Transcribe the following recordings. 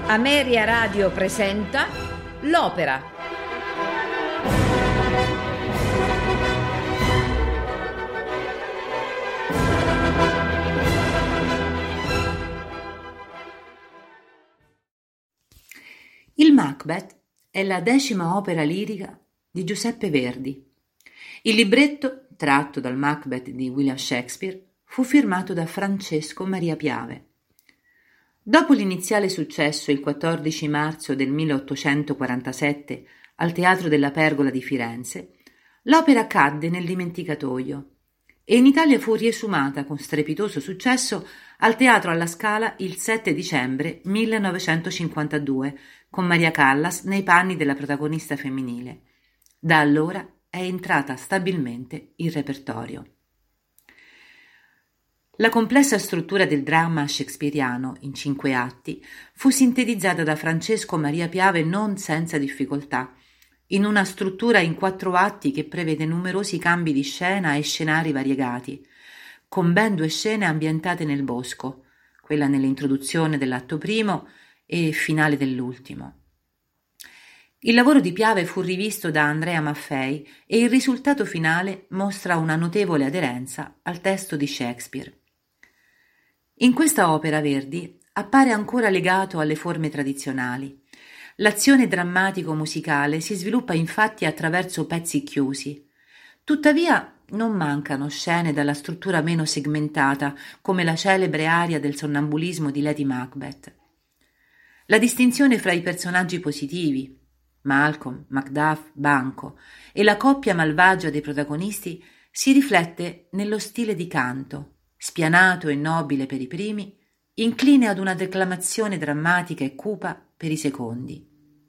Ameria Radio presenta L'Opera. Il Macbeth è la 10ª opera lirica di Giuseppe Verdi. Il libretto, tratto dal Macbeth di William Shakespeare, fu firmato da Francesco Maria Piave. Dopo l'iniziale successo il 14 marzo del 1847 al Teatro della Pergola di Firenze, l'opera cadde nel dimenticatoio e in Italia fu riesumata con strepitoso successo al Teatro alla Scala il 7 dicembre 1952 con Maria Callas nei panni della protagonista femminile. Da allora è entrata stabilmente in repertorio. La complessa struttura del dramma shakespeariano, in 5 atti, fu sintetizzata da Francesco Maria Piave non senza difficoltà, in una struttura in 4 atti che prevede numerosi cambi di scena e scenari variegati, con ben 2 scene ambientate nel bosco, quella nell'introduzione dell'atto primo e finale dell'ultimo. Il lavoro di Piave fu rivisto da Andrea Maffei e il risultato finale mostra una notevole aderenza al testo di Shakespeare. In questa opera Verdi appare ancora legato alle forme tradizionali. L'azione drammatico-musicale si sviluppa infatti attraverso pezzi chiusi. Tuttavia non mancano scene dalla struttura meno segmentata, come la celebre aria del sonnambulismo di Lady Macbeth. La distinzione fra i personaggi positivi, Malcolm, Macduff, Banco, e la coppia malvagia dei protagonisti si riflette nello stile di canto, spianato e nobile per i primi, incline ad una declamazione drammatica e cupa per i secondi.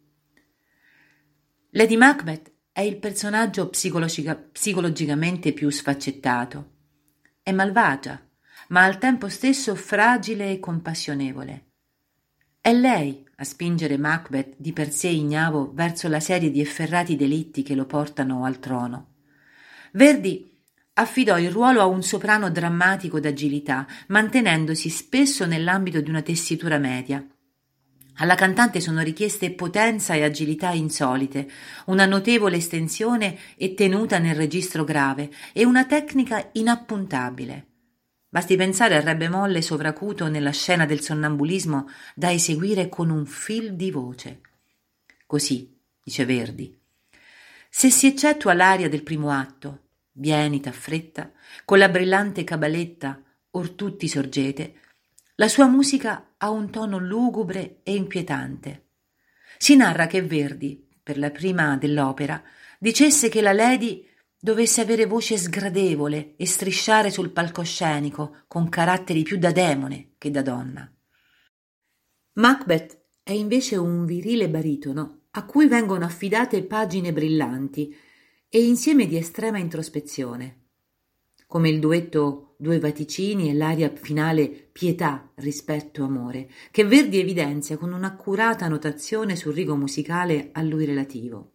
Lady Macbeth è il personaggio psicologicamente più sfaccettato. È malvagia, ma al tempo stesso fragile e compassionevole. È lei a spingere Macbeth, di per sé ignavo, verso la serie di efferrati delitti che lo portano al trono. Verdi affidò il ruolo a un soprano drammatico d'agilità, mantenendosi spesso nell'ambito di una tessitura media. Alla cantante sono richieste potenza e agilità insolite, una notevole estensione e tenuta nel registro grave e una tecnica inappuntabile. Basti pensare al re bemolle sovracuto nella scena del sonnambulismo da eseguire con un fil di voce. Così, dice Verdi, se si eccettua l'aria del primo atto, vienita a fretta, con la brillante cabaletta or tutti sorgete, la sua musica ha un tono lugubre e inquietante. Si narra che Verdi, per la prima dell'opera, dicesse che la Lady dovesse avere voce sgradevole e strisciare sul palcoscenico con caratteri più da demone che da donna. Macbeth è invece un virile baritono a cui vengono affidate pagine brillanti e insieme di estrema introspezione, come il duetto Due vaticini e l'aria finale Pietà, rispetto, amore, che Verdi evidenzia con un'accurata notazione sul rigo musicale a lui relativo.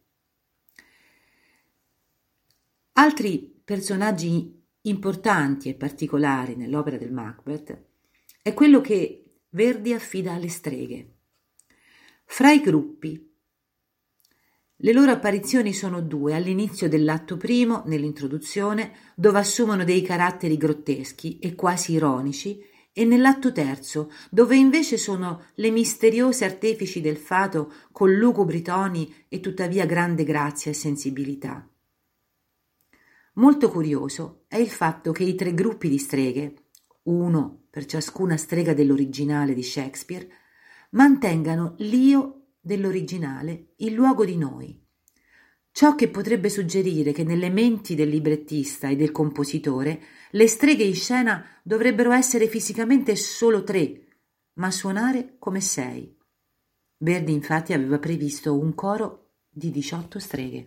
Altri personaggi importanti e particolari nell'opera del Macbeth è quello che Verdi affida alle streghe. Fra i gruppi, le loro apparizioni sono 2 all'inizio dell'atto primo, nell'introduzione, dove assumono dei caratteri grotteschi e quasi ironici, e nell'atto terzo, dove invece sono le misteriose artefici del fato con lugubri toni e tuttavia grande grazia e sensibilità. Molto curioso è il fatto che i 3 gruppi di streghe, uno per ciascuna strega dell'originale di Shakespeare, mantengano l'io dell'originale il luogo di noi. Ciò che potrebbe suggerire che nelle menti del librettista e del compositore le streghe in scena dovrebbero essere fisicamente solo 3, ma suonare come 6. Verdi infatti aveva previsto un coro di 18 streghe.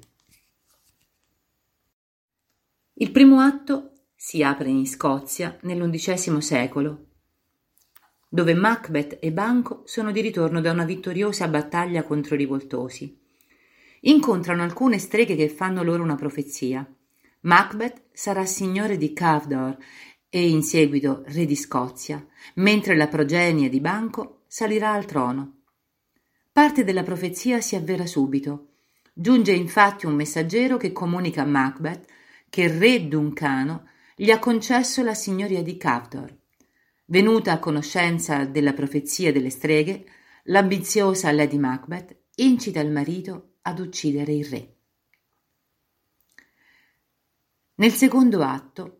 Il primo atto si apre in Scozia nell'XI secolo, dove Macbeth e Banco sono di ritorno da una vittoriosa battaglia contro i rivoltosi. Incontrano alcune streghe che fanno loro una profezia. Macbeth sarà signore di Cawdor e in seguito re di Scozia, mentre la progenie di Banco salirà al trono. Parte della profezia si avvera subito. Giunge infatti un messaggero che comunica a Macbeth che il re Duncano gli ha concesso la signoria di Cawdor. Venuta a conoscenza della profezia delle streghe, l'ambiziosa Lady Macbeth incita il marito ad uccidere il re. Nel secondo atto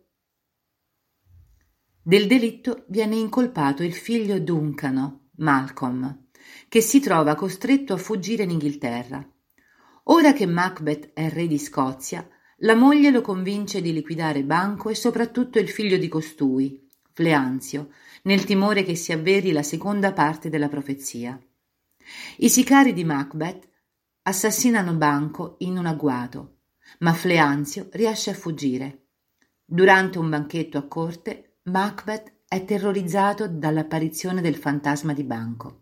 del delitto viene incolpato il figlio Duncano, Malcolm, che si trova costretto a fuggire in Inghilterra. Ora che Macbeth è re di Scozia, la moglie lo convince di liquidare Banco e soprattutto il figlio di costui, Fleanzio, nel timore che si avveri la seconda parte della profezia. I sicari di Macbeth assassinano Banco in un agguato, ma Fleanzio riesce a fuggire. Durante un banchetto a corte, Macbeth è terrorizzato dall'apparizione del fantasma di Banco.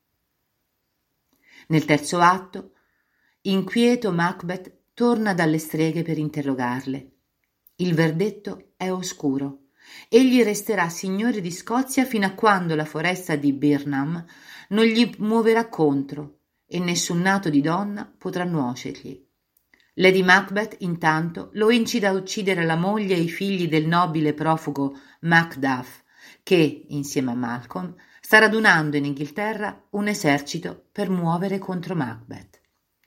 Nel terzo atto, inquieto Macbeth torna dalle streghe per interrogarle. Il verdetto è oscuro. Egli resterà signore di Scozia fino a quando la foresta di Birnam non gli muoverà contro e nessun nato di donna potrà nuocergli. Lady Macbeth intanto lo incita a uccidere la moglie e i figli del nobile profugo Macduff, che, insieme a Malcolm, sta radunando in Inghilterra un esercito per muovere contro Macbeth.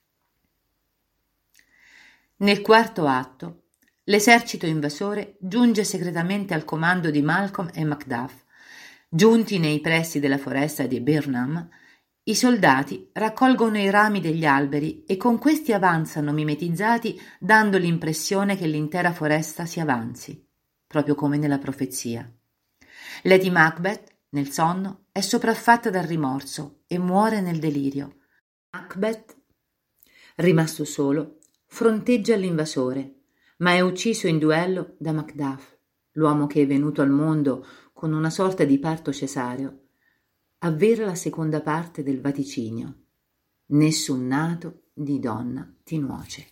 Nel quarto atto, l'esercito invasore giunge segretamente al comando di Malcolm e Macduff. Giunti nei pressi della foresta di Birnam, i soldati raccolgono i rami degli alberi e con questi avanzano mimetizzati, dando l'impressione che l'intera foresta si avanzi, proprio come nella profezia. Lady Macbeth, nel sonno, è sopraffatta dal rimorso e muore nel delirio. Macbeth, rimasto solo, fronteggia l'invasore, ma è ucciso in duello da Macduff, l'uomo che è venuto al mondo con una sorta di parto cesareo. Avvera la seconda parte del vaticinio. Nessun nato di donna ti nuoce.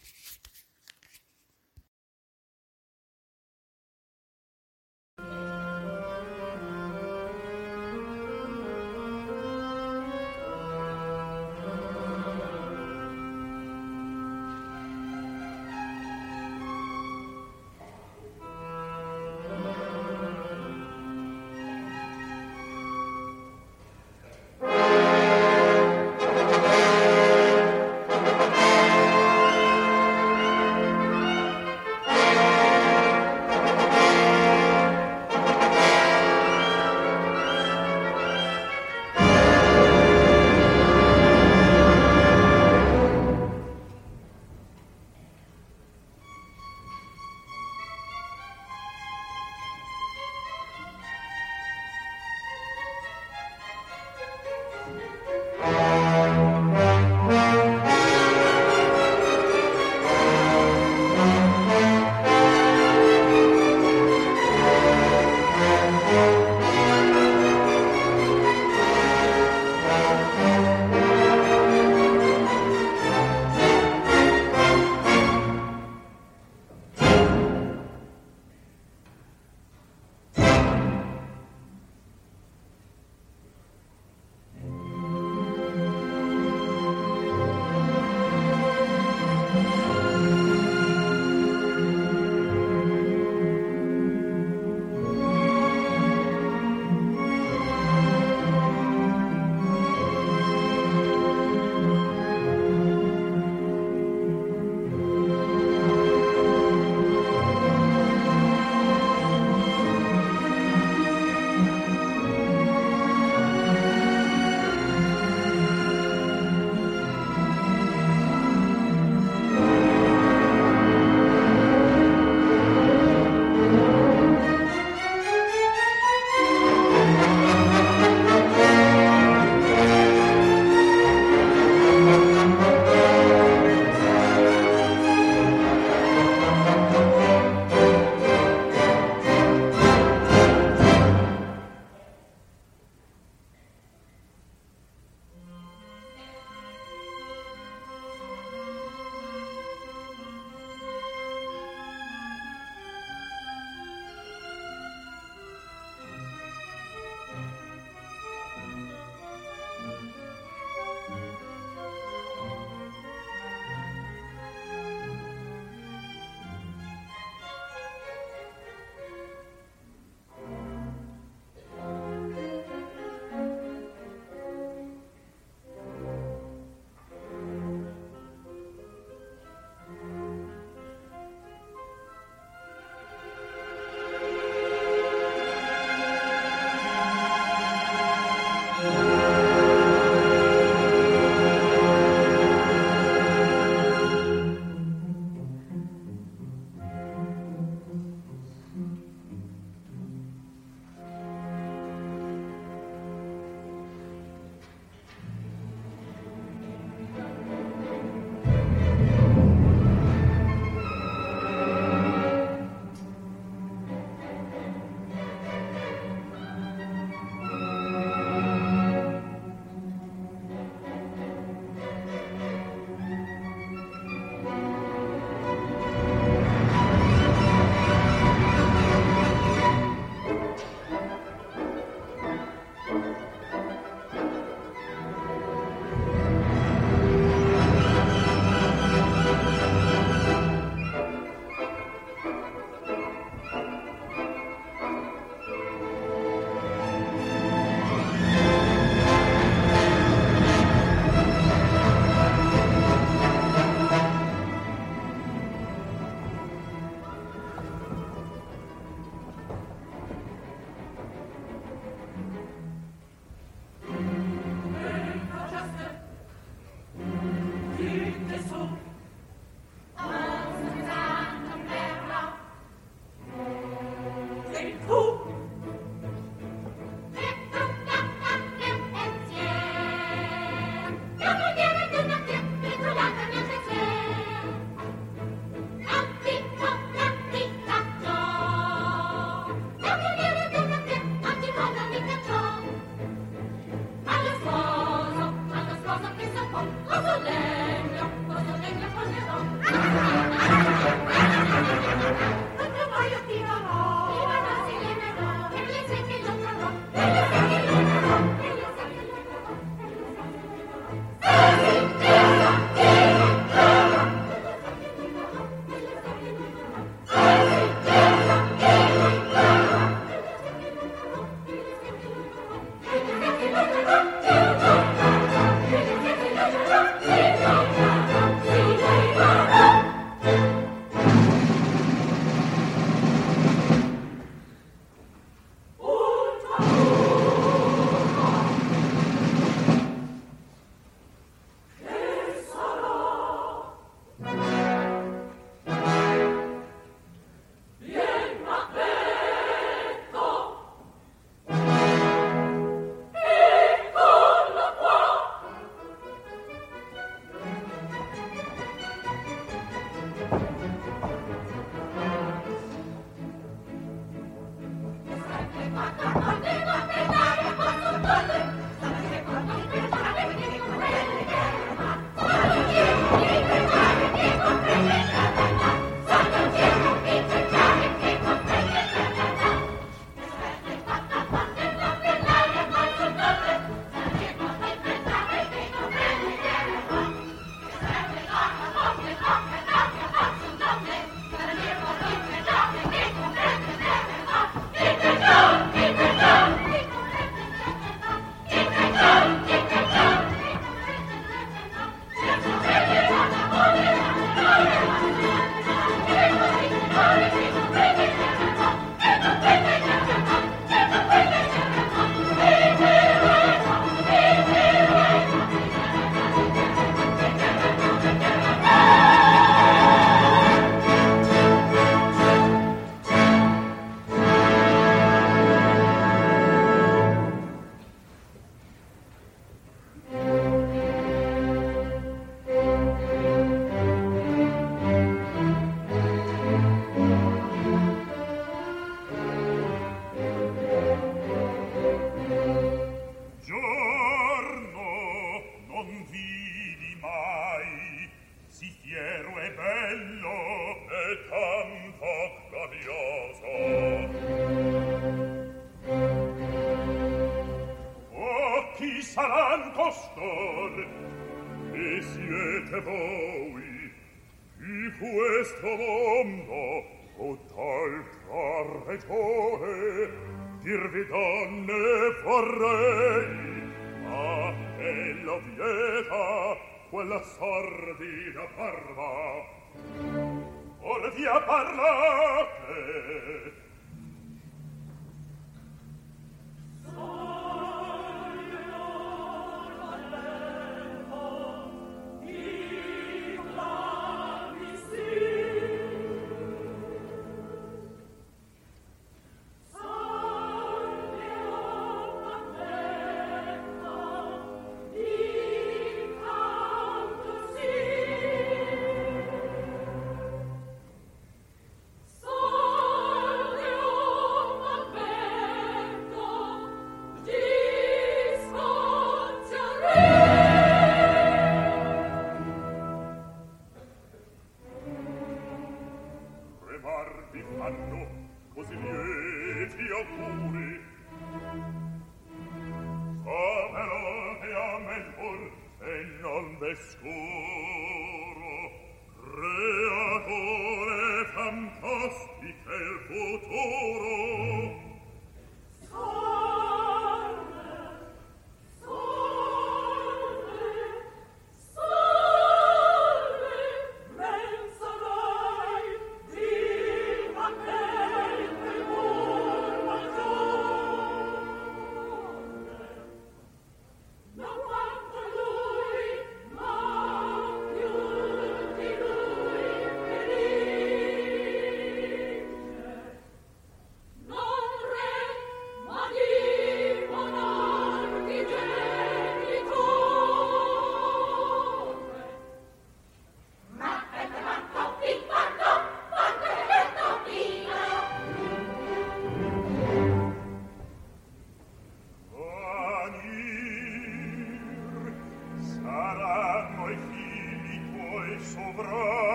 saranno i figli tuoi sovrani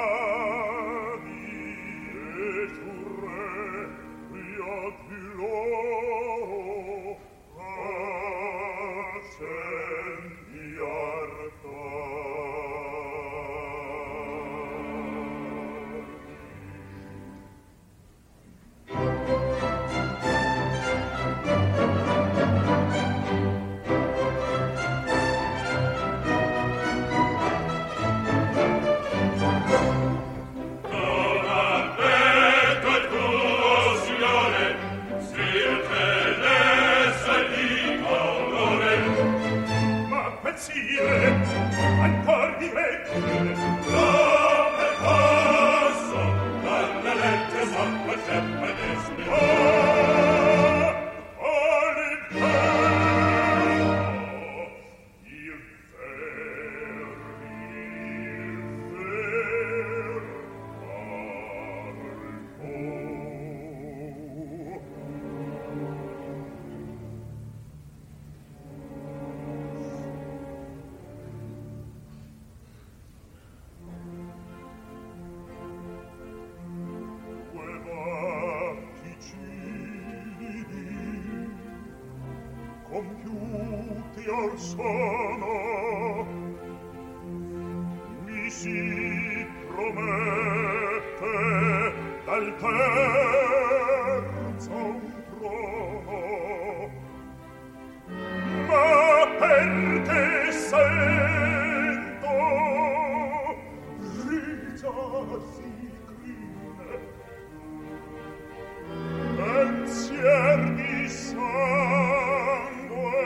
e tu re via di loro accendi ancor di reggere no per passo dalle lette s'acqua sempre compiuti or sono mi si promette dal terzo un trono ma perché sento rigiarsi crine pensier di sangue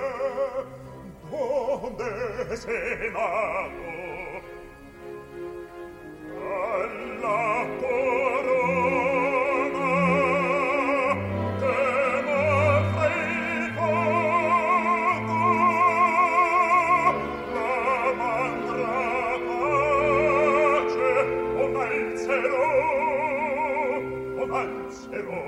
donde sei nato alla corona te m'avrei dato la mandra pace o n'alzerò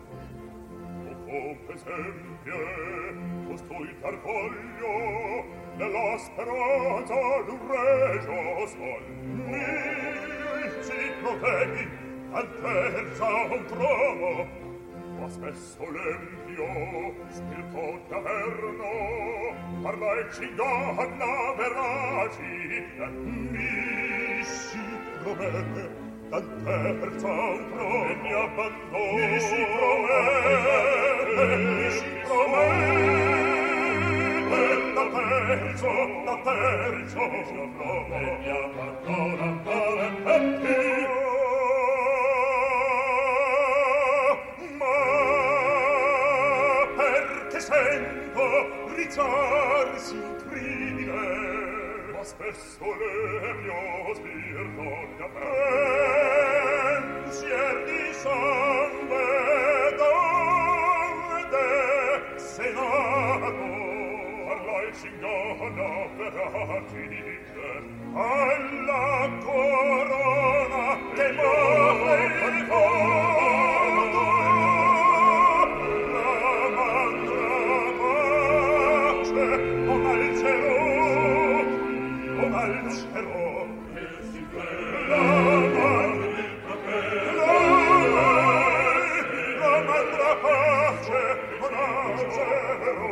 per esempio costui far voglio nella speranza d'un regio sol mi si proteggi al terza un trono ma spesso l'empio spirito d'averno parla e cinganna veraci mi si promette dal terza un trono e mi abbandono mi si promette da terzo e mi abbandona ma perché sento rizzarsi in crine ma spesso l'emio spirito da pensier di sangue donde sei nato parla il cingana veraci dice alla corona che m'avrei dato la mandra pace non alzerò la mandra pace non alzerò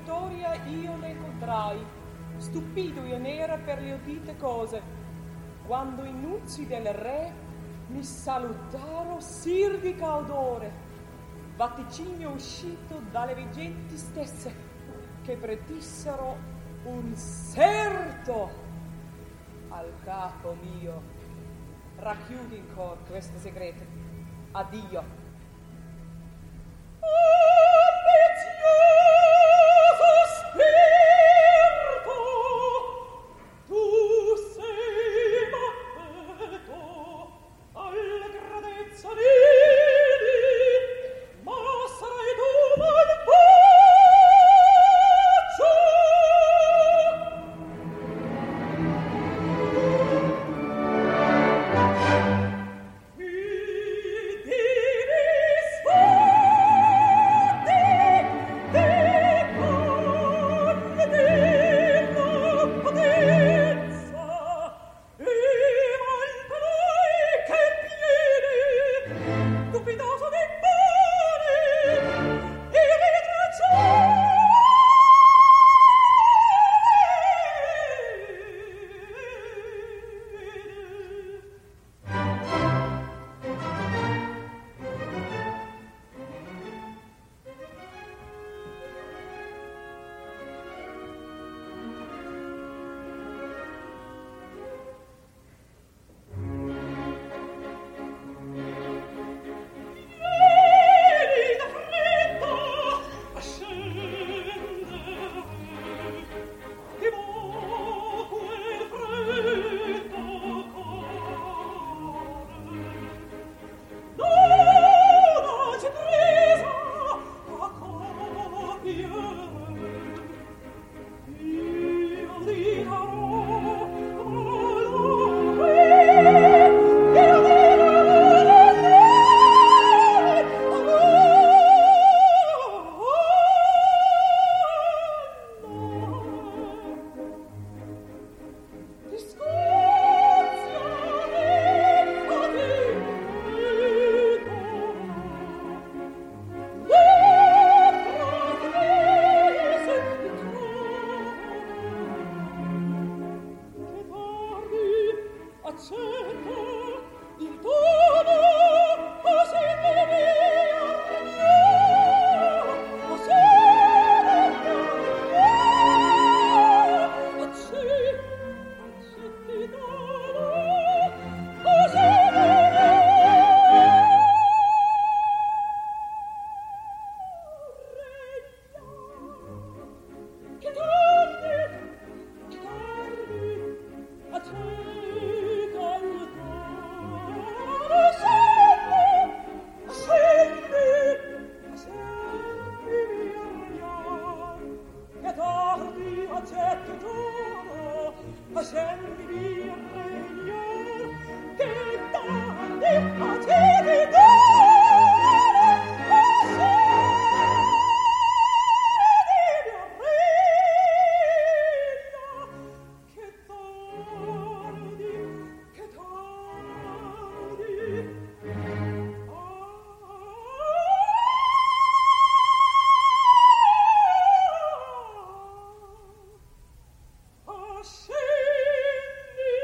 vittoria io ne incontrai, stupito io n'era per le udite cose, quando i nunzi del re mi salutaro sir di caudore, vaticinio uscito dalle veggenti stesse, che predissero un serto al capo mio. Racchiudi in cor queste segrete. Addio. Scendi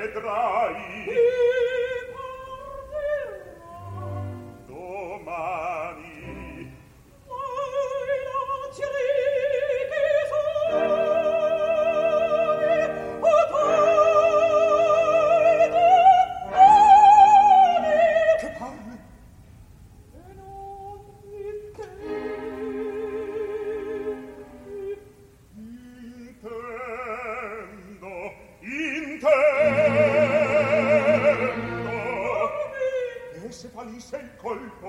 vedrai domani se falisse il colpo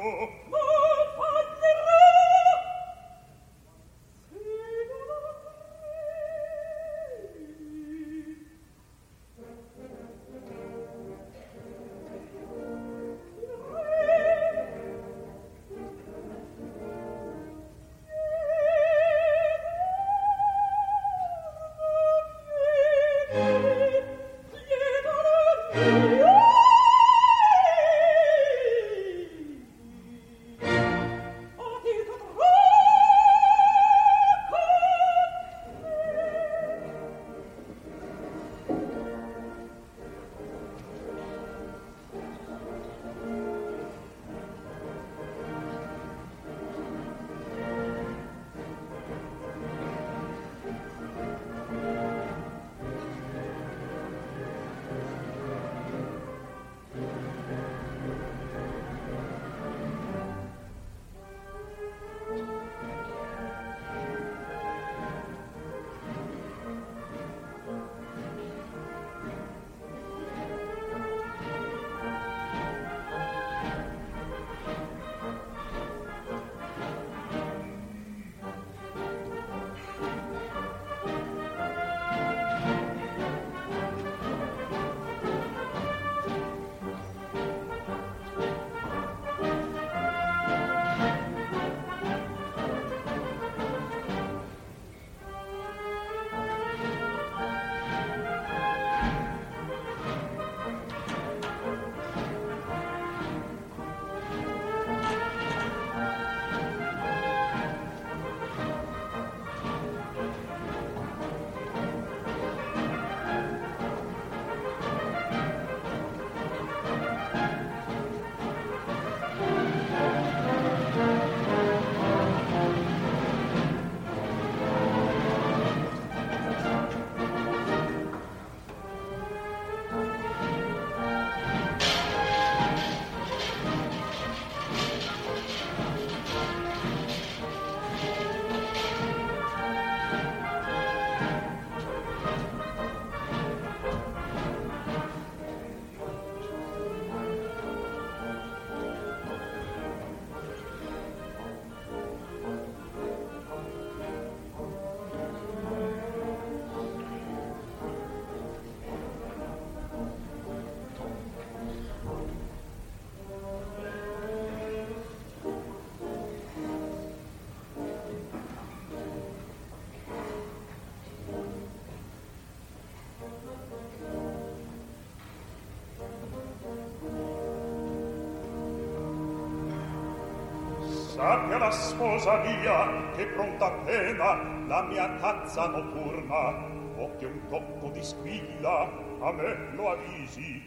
sappia la sposa mia che pronta appena la mia tazza notturna o che un tocco di squilla a me lo avvisi.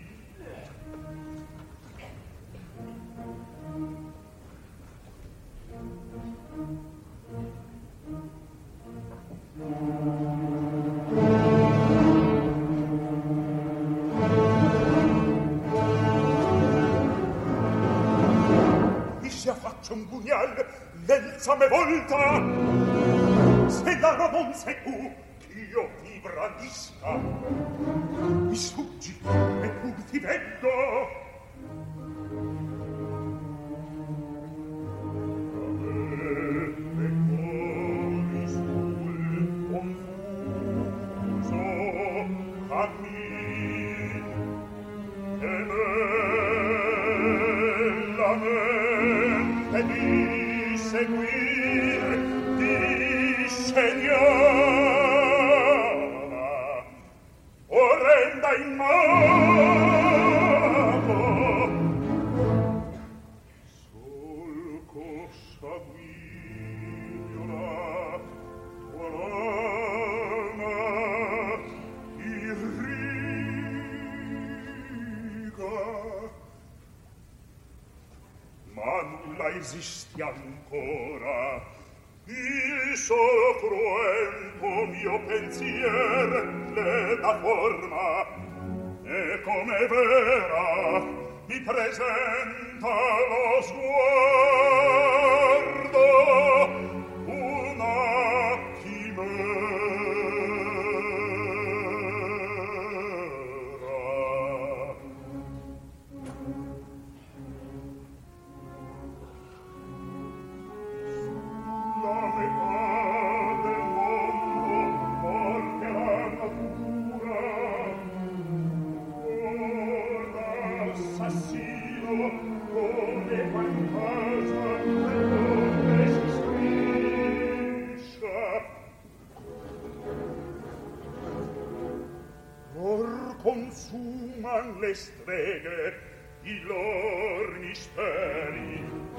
Un pugnal l'elzame volta se l'arma non sei tu ch'io ti brandisca mi sfuggi e pur ti vengo a me corri sul confuso cammin e nella mente di seguir di segnala o renda in mago solco saguignola tua lana irrita ma nulla esisti ancora. Il solo cruento mio pensier le dà forma, e come vera mi presenta lo sguardo una chimera. La metà del mondo porta natura, l'assassino come fa in casa dell'onde si striscia. Or consuman le streghe i lor misteri,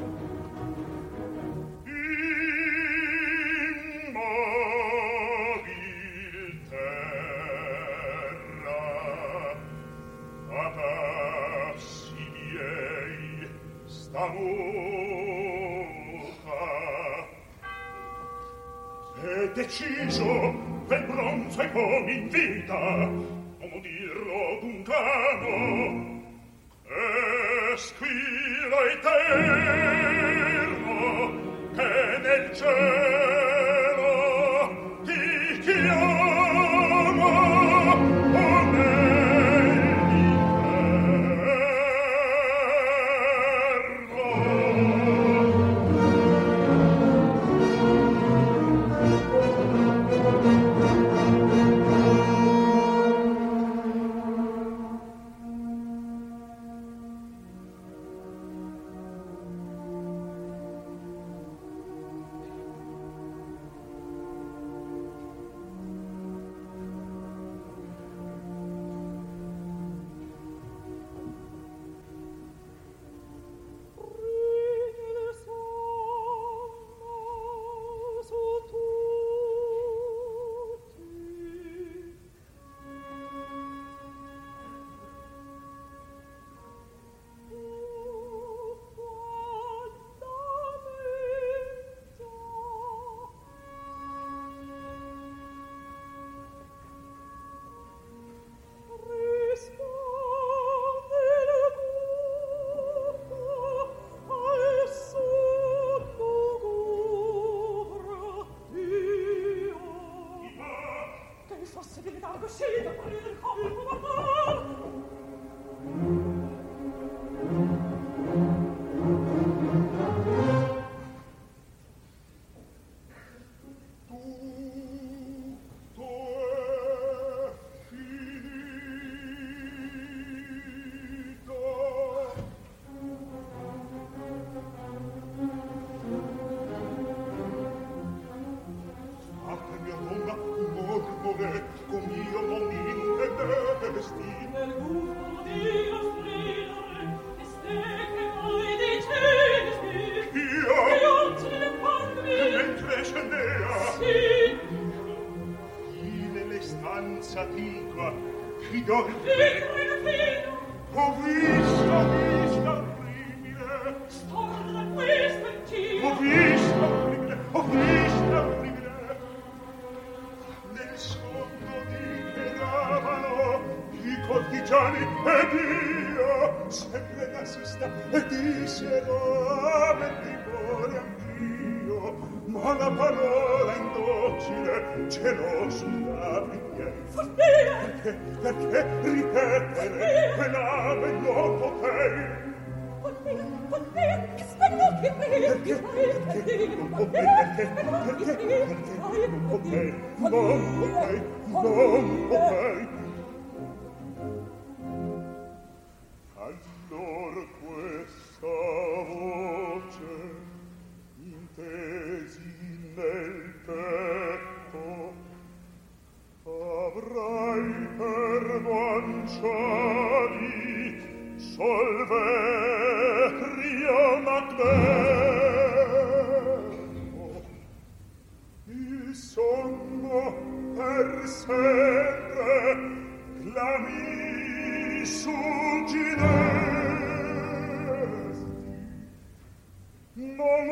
immobil terra a passi miei sta muta, e deciso del bronzo e come in vita, non udirlo d'un cano, e squilla eterno che nel cielo ti chiama o perché ripetere quell'ave non potei? Non potei. Allora questa voce intesi nel petto avrai per guanciali solvetrio magneto, il sonno per sempre clami sugginesti,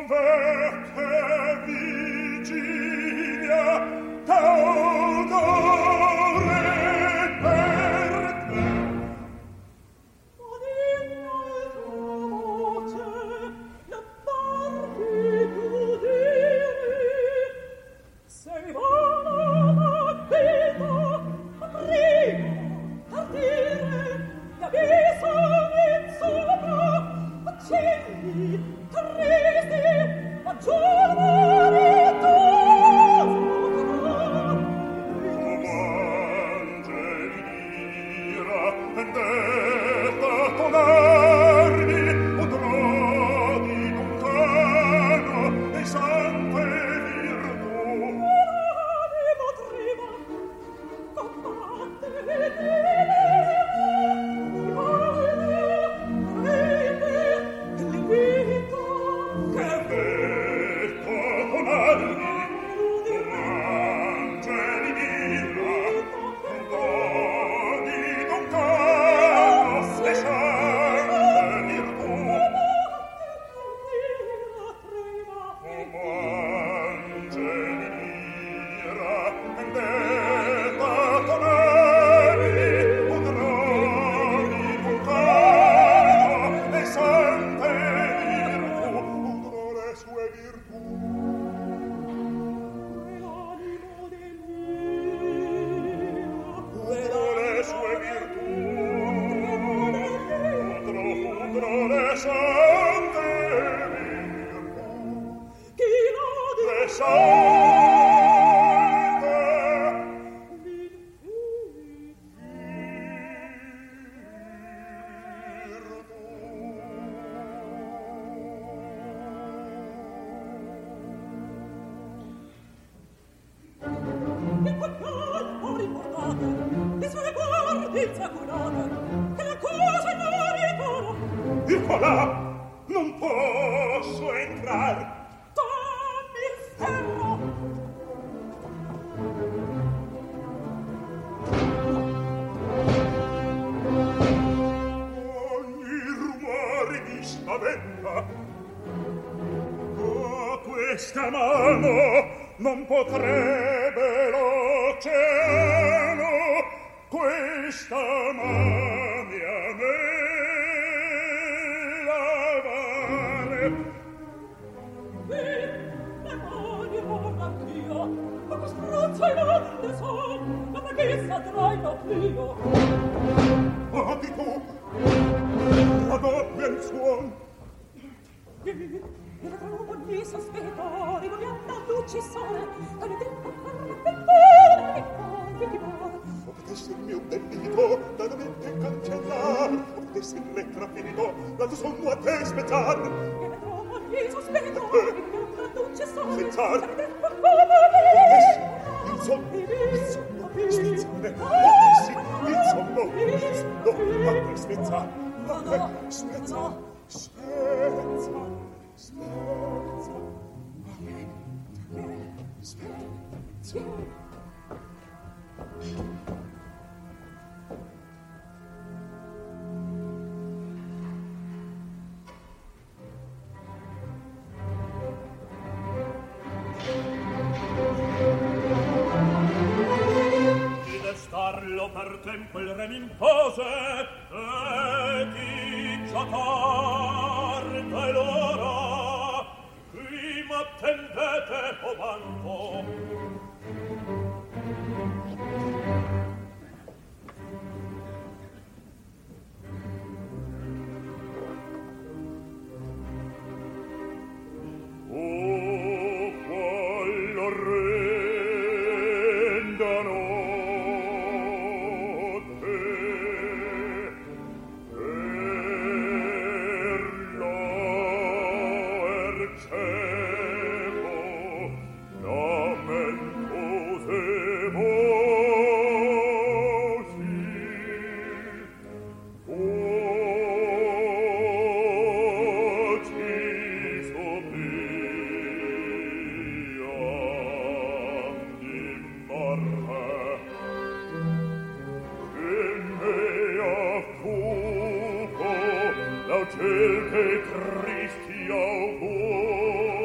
Non posso entrar. Dammi il ferro. Ogni rumore mi spaventa. Oh, questa mano non potrebbe l'oceano. Questa mano a me oh, di tu raddoppia il suon ogni sospetto rivolgendo luci sole tale tempo carra e poi ti muore o potesse il mio debito da mente cancellare o potesse il lettera finito da tu sonno a te spezzar e vedrò ogni sospetto rivolgendo luci sole spezzar tale tempo il sonno spezzare il sonno a te spezzar spezza di destarlo per tempo il re m'impose e di giocar l'ora qui m'attendete o vanto ciel che Cristi augur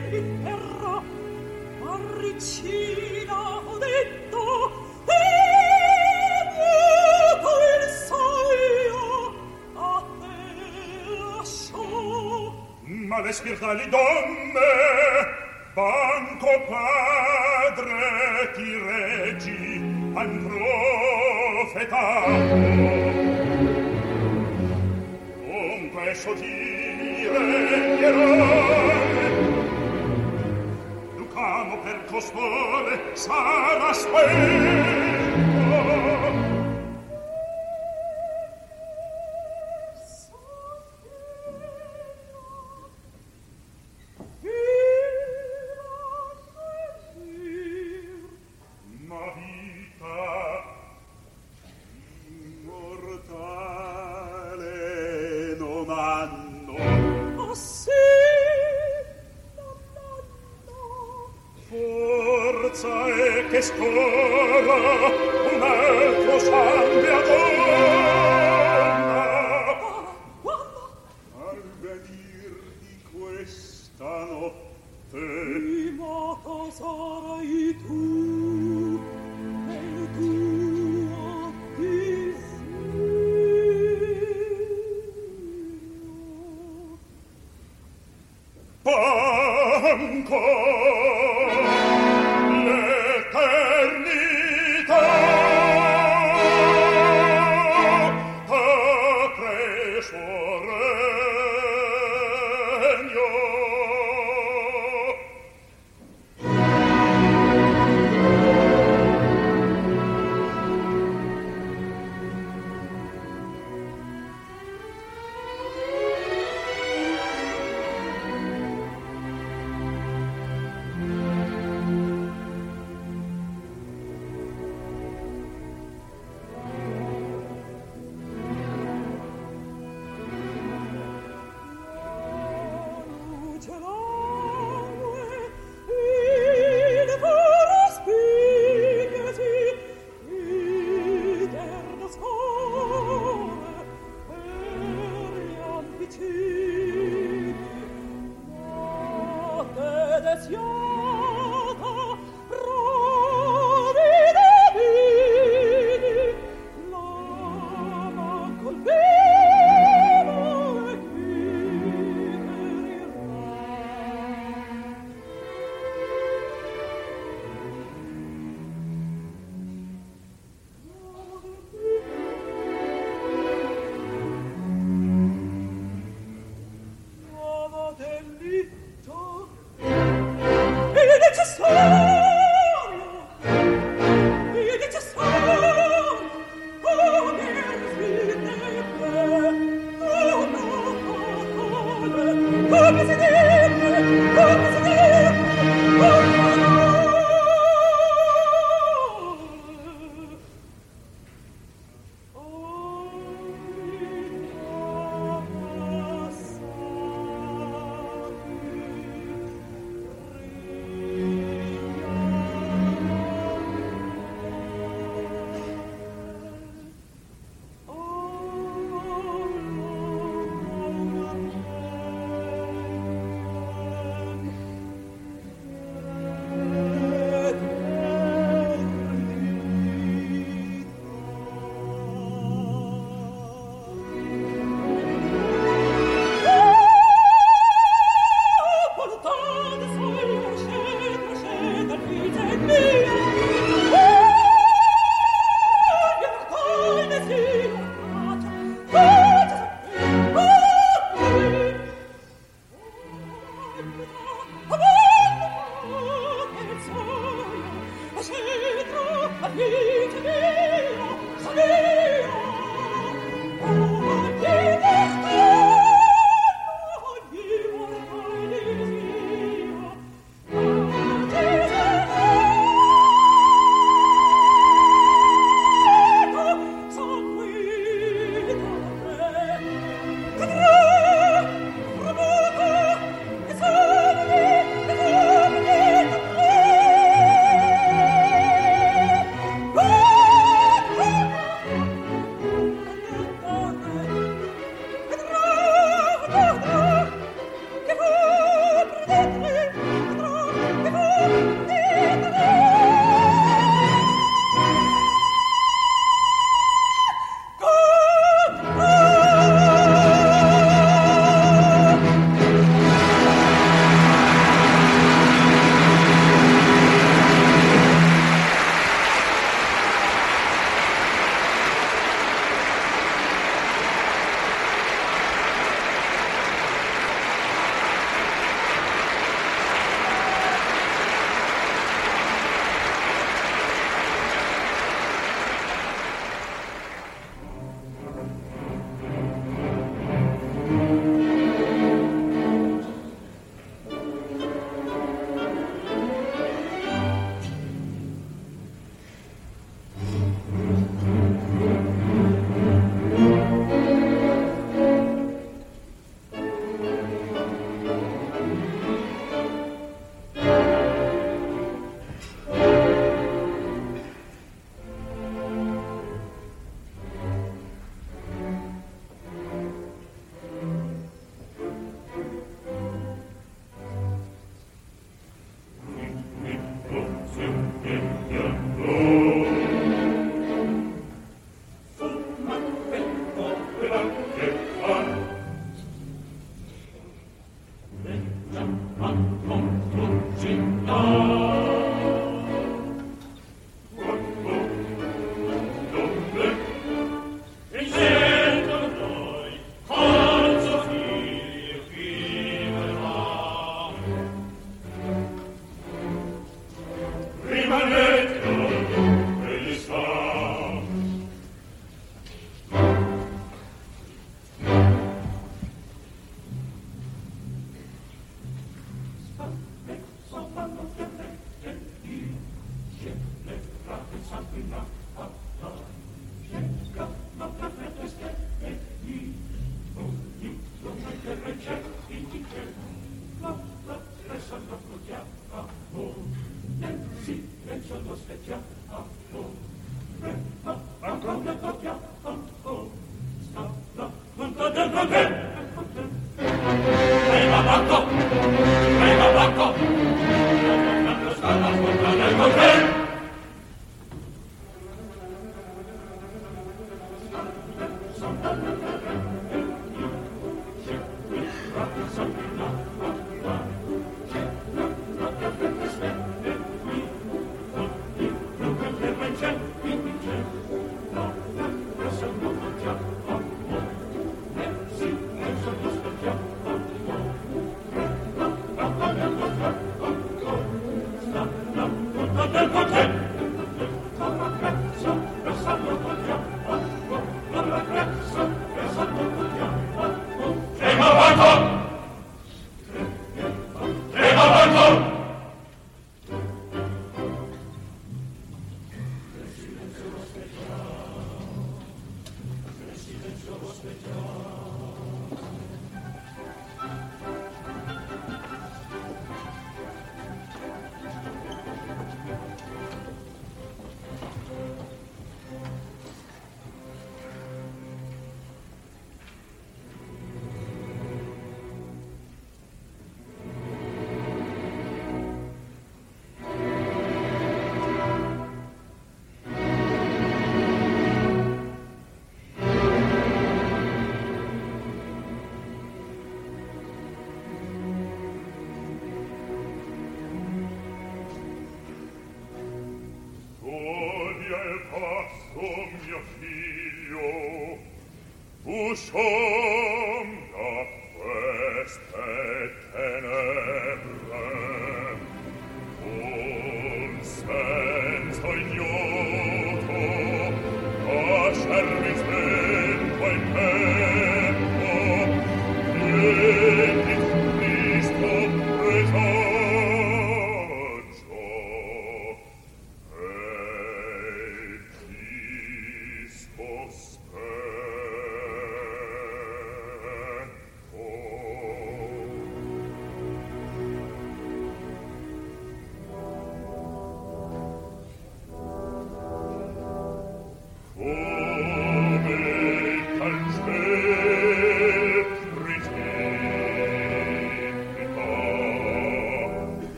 Le spirituali donne, banco padre ti reggi han profetato. Con questo dire gli eroi, Lucano per costore sarà spento. Che scorra un altro sangue adonna al venir di questa notte. Primoto sarai tu nel tuo desiderio. Banco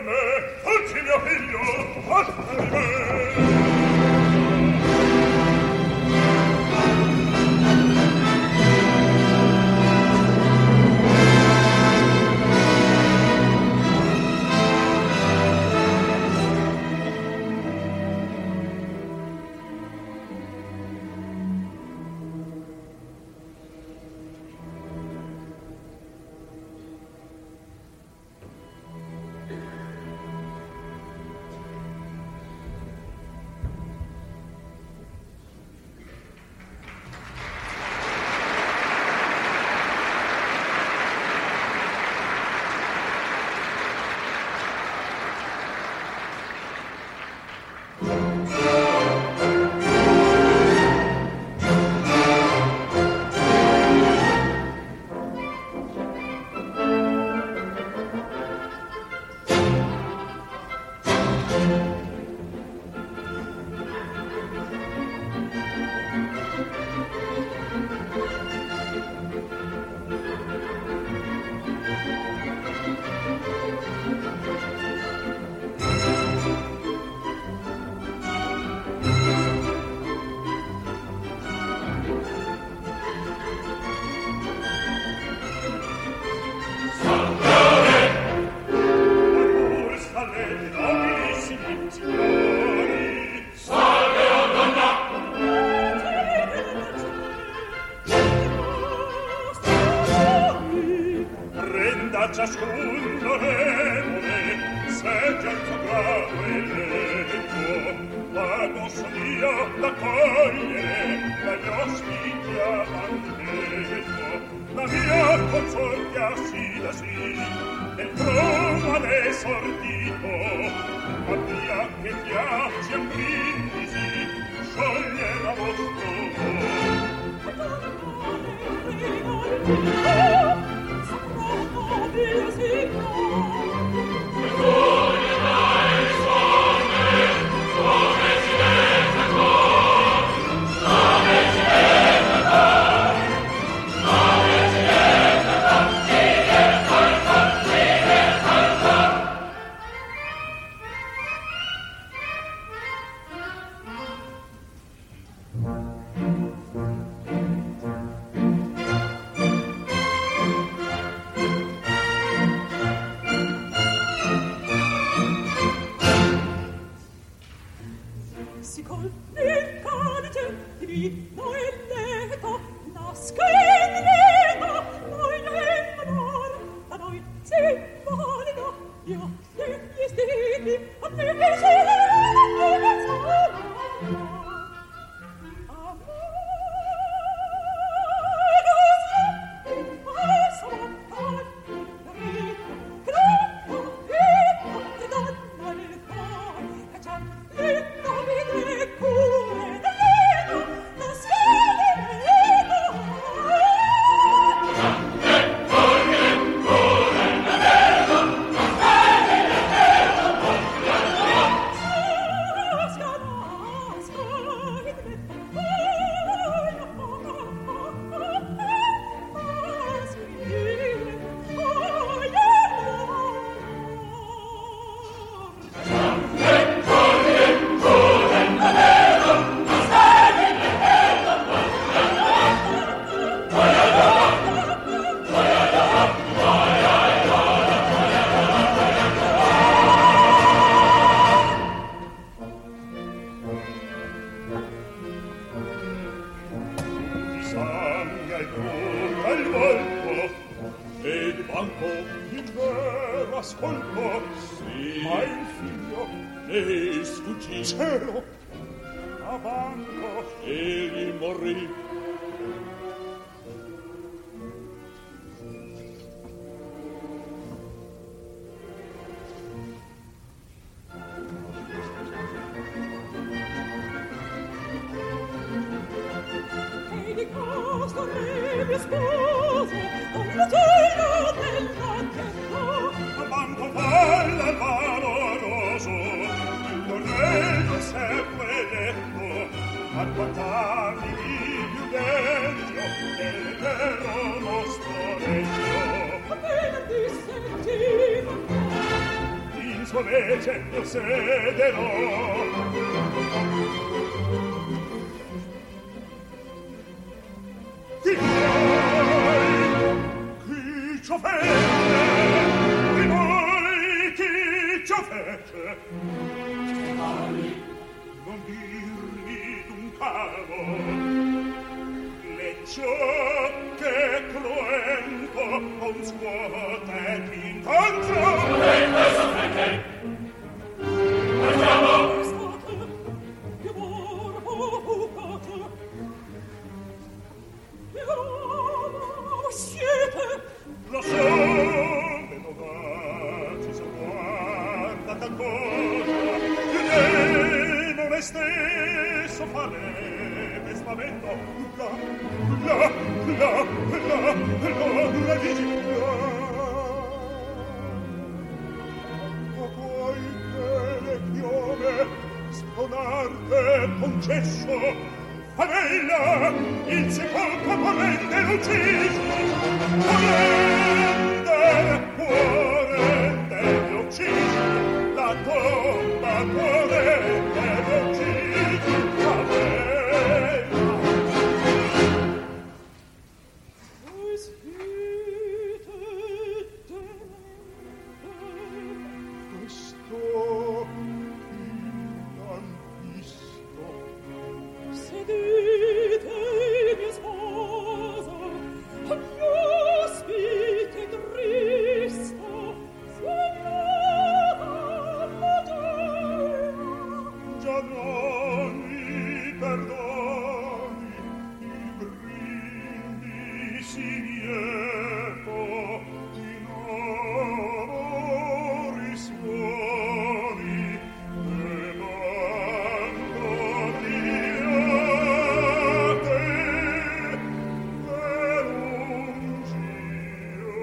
me, fuggi mio figlio, basta di me. Ciascun l'onore seggia il suo grado e leggo, ma non sono io da cogliere dagli ospiti avantetto. La mia consortia sì da sì, nel trono all'esordito, ma via che piace un brindisi, scioglie la vostro. vece io sederò. Chi ciò fece? Di noi chi ciò fece? Non dirmi d'un cavo, le ciocche cruento con scuote incontro. Andiamo! Lo so, meno va, ci so guarda talvolta, che non è stesso farebbe spavento. La dici, poi che le chiome stonarte concesso, favella, il sepolcro morente l'ucciso, morente l'ucciso, la tomba morente l'ucciso, favella. Questo non visto. Sedete, mio sposo, mio spirito tristo, segnata la gioia. Già non mi perdoni il brindisi lieto, di nuovo risuoni, e mando via te per un giro.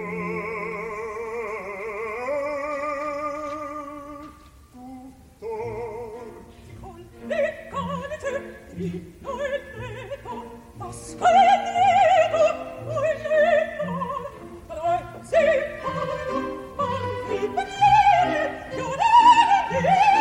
Tuttor Con le canete, fino e letto, ma scalendrito, poi letto, però si fanno anche vedere, che non è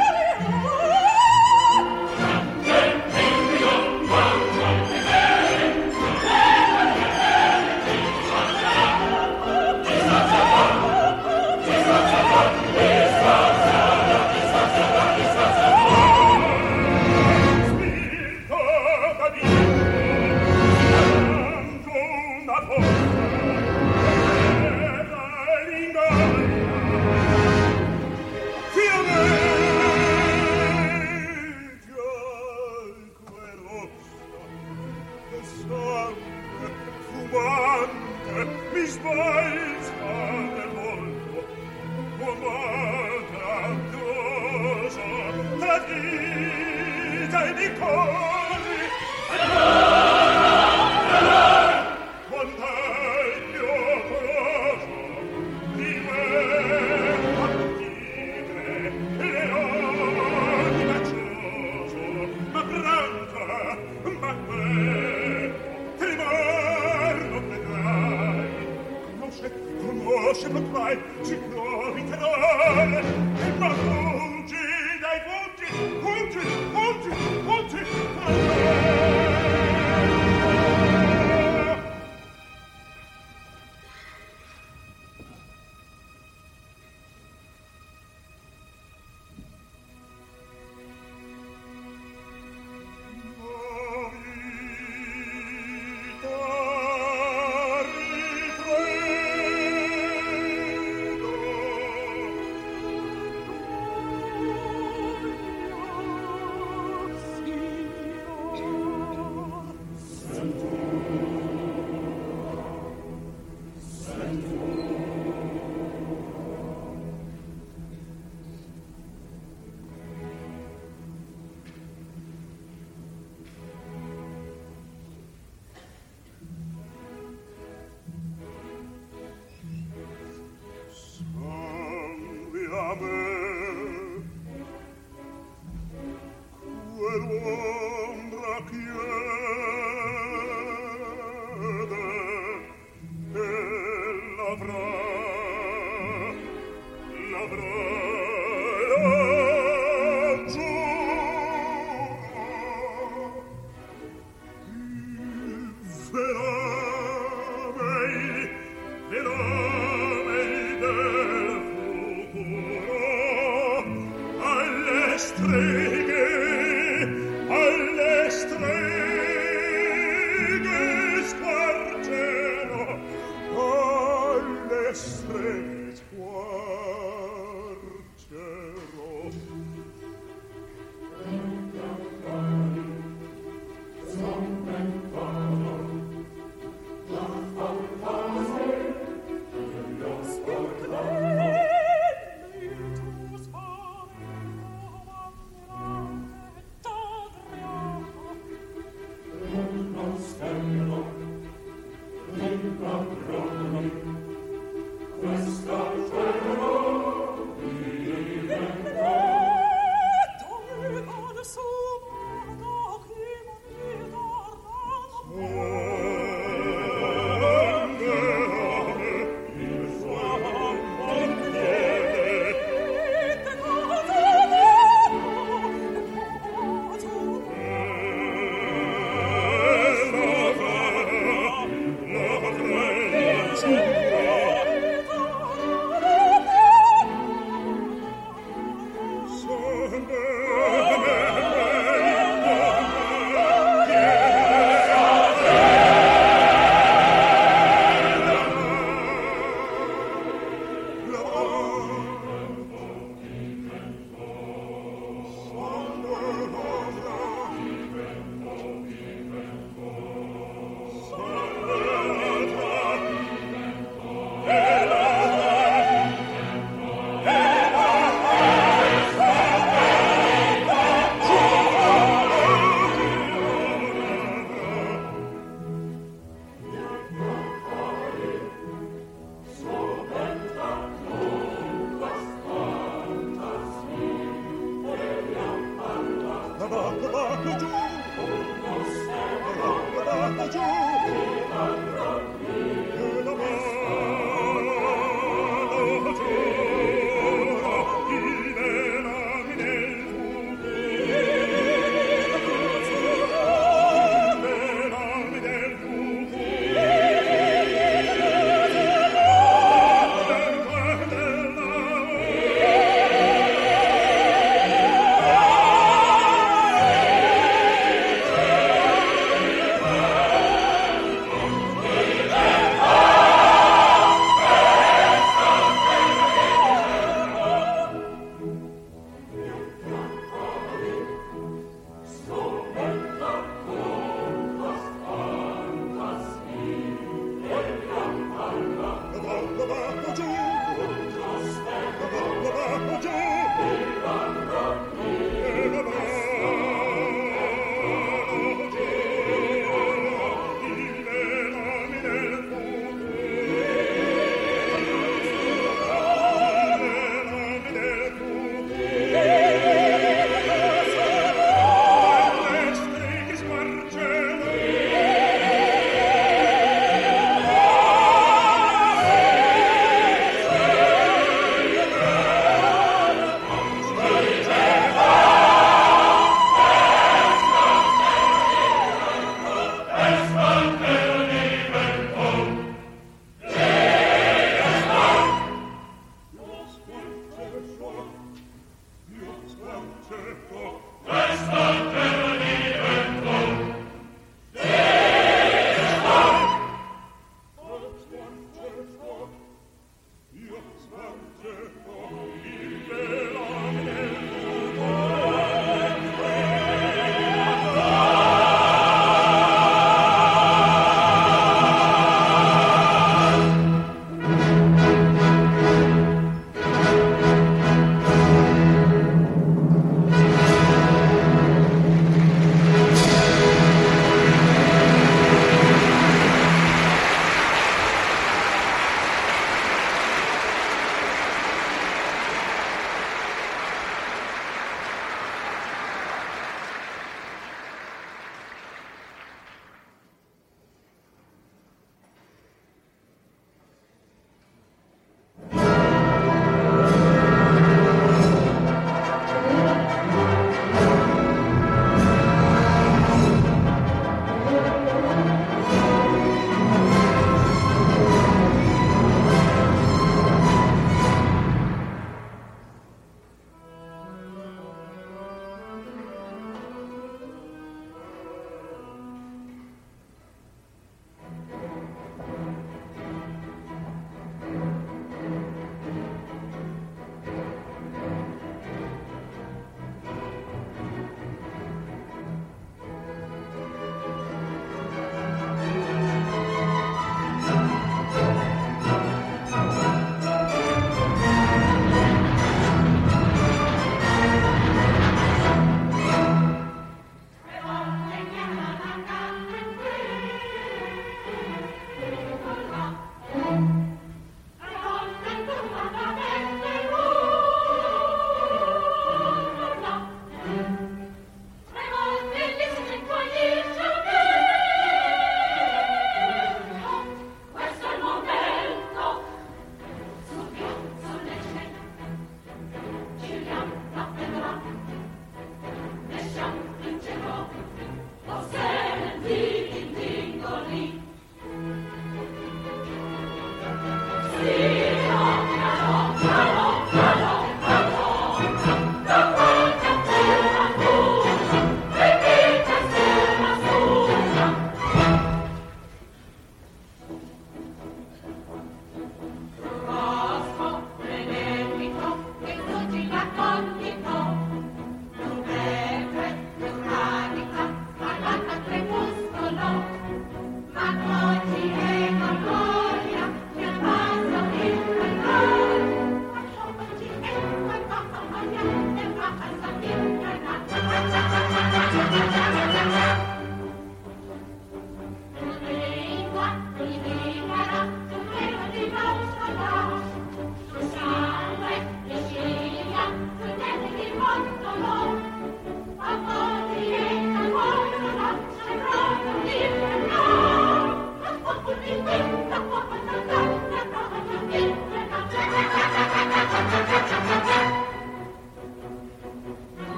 spirito da Dio, anche una forza, e l'inganna, fiammeggia il querosso, e sangue fumante mi sbalza nel volto, com'altra cosa, tradita e di cori. Quant'è il mio coraggio di me a tigre, leone maccioso, ma branca, ma bello, tremar non vedrai. Conosce potrai, si gloriterà, e ma fuggi dai fuggi,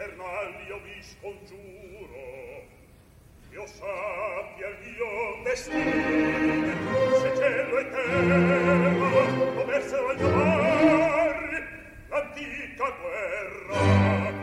infernal io vi scongiuro. Io sappia il mio destino, se cielo e terra doversero al mio mar l'antica guerra.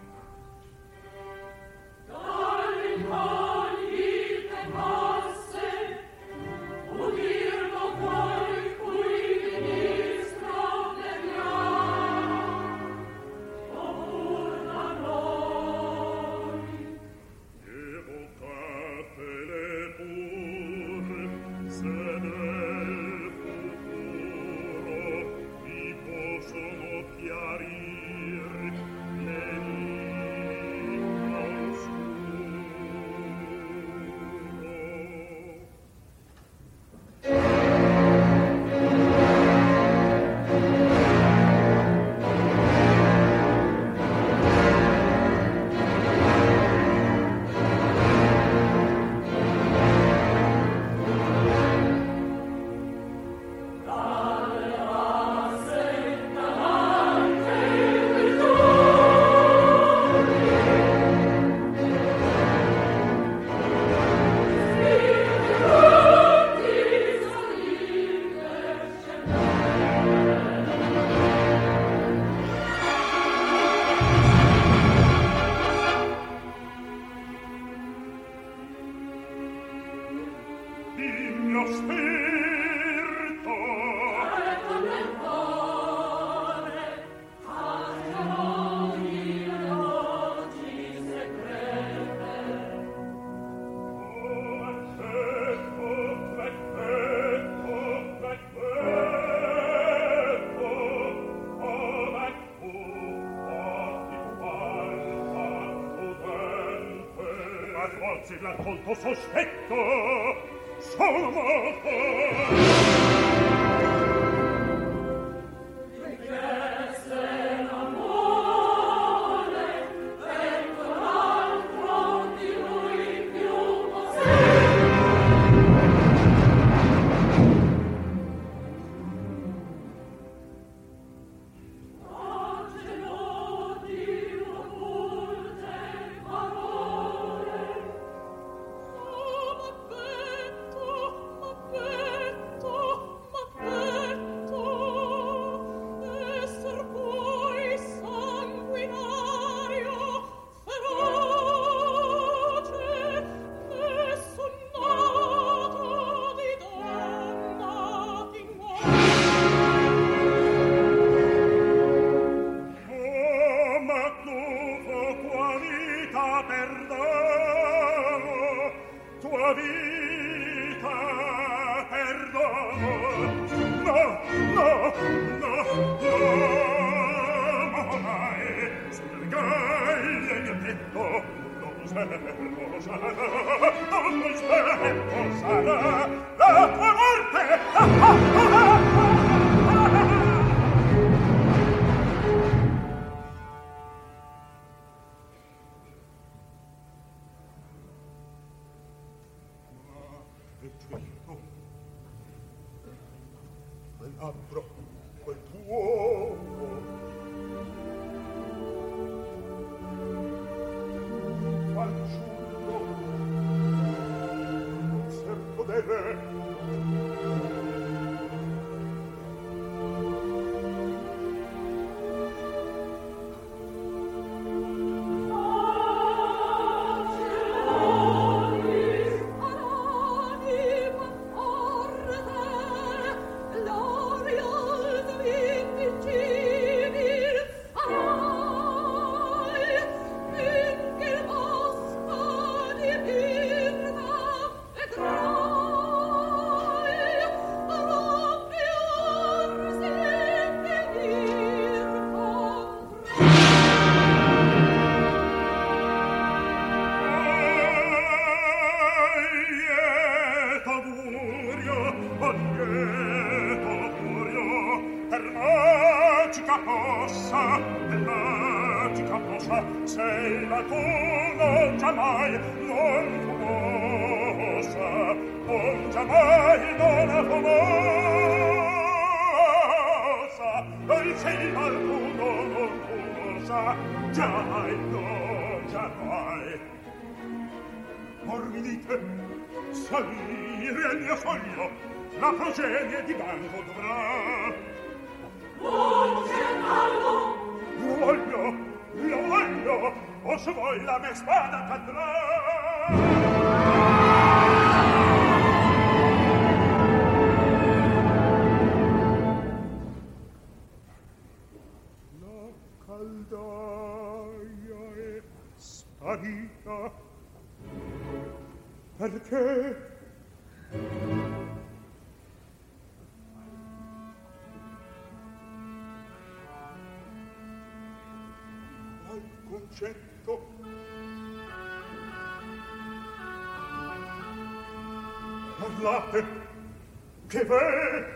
L'ascolto sospetto solo quell'altro, quel tuo fanciullo certo deve sei la tu non giammai non fumosa non giammai non fumosa sei la tu non fumosa cosa, giammai, no, giammai. Or mi dite, salire al mio soglio, la progenie di banco dovrà. Non cercarlo! Lo voglio, o se vuoi la mia spada cadrà. Caldaia è sparita. Perché? Al concetto. Parlate. Che ve?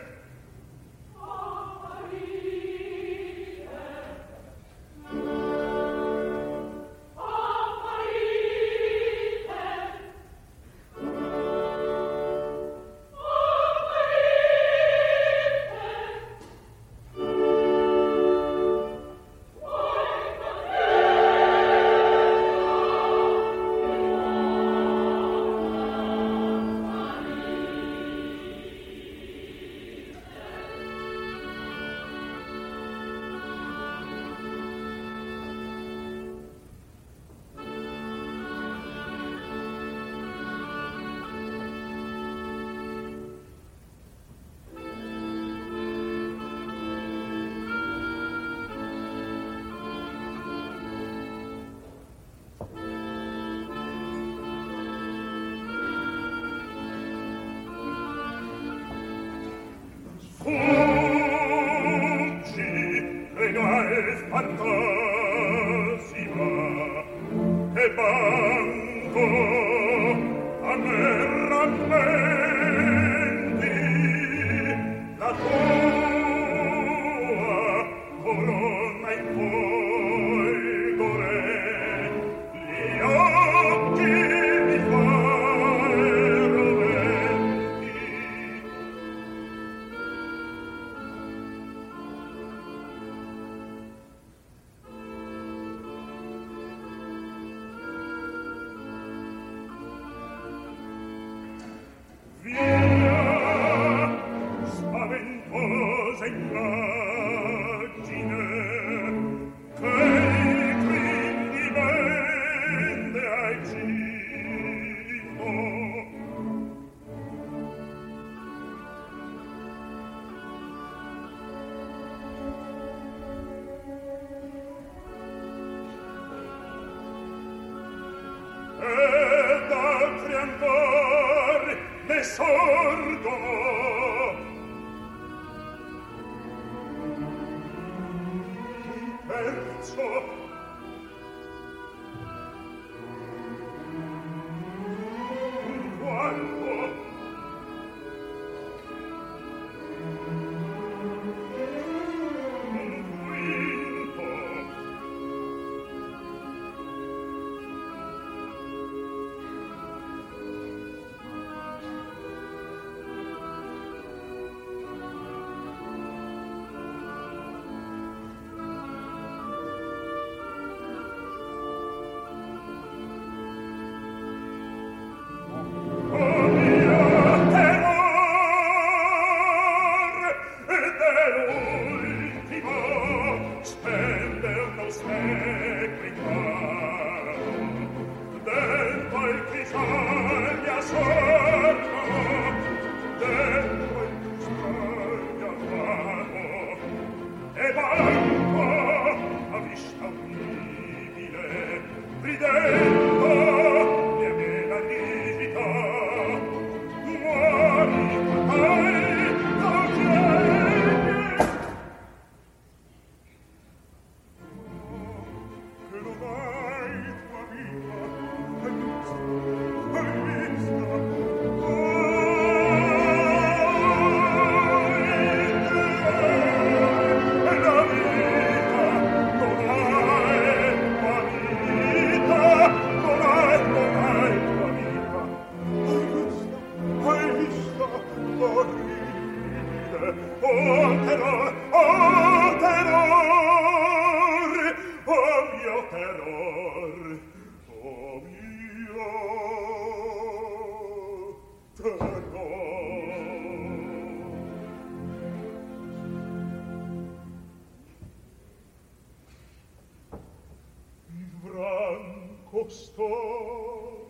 costò.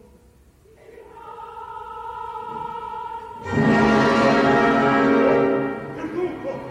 Perduto!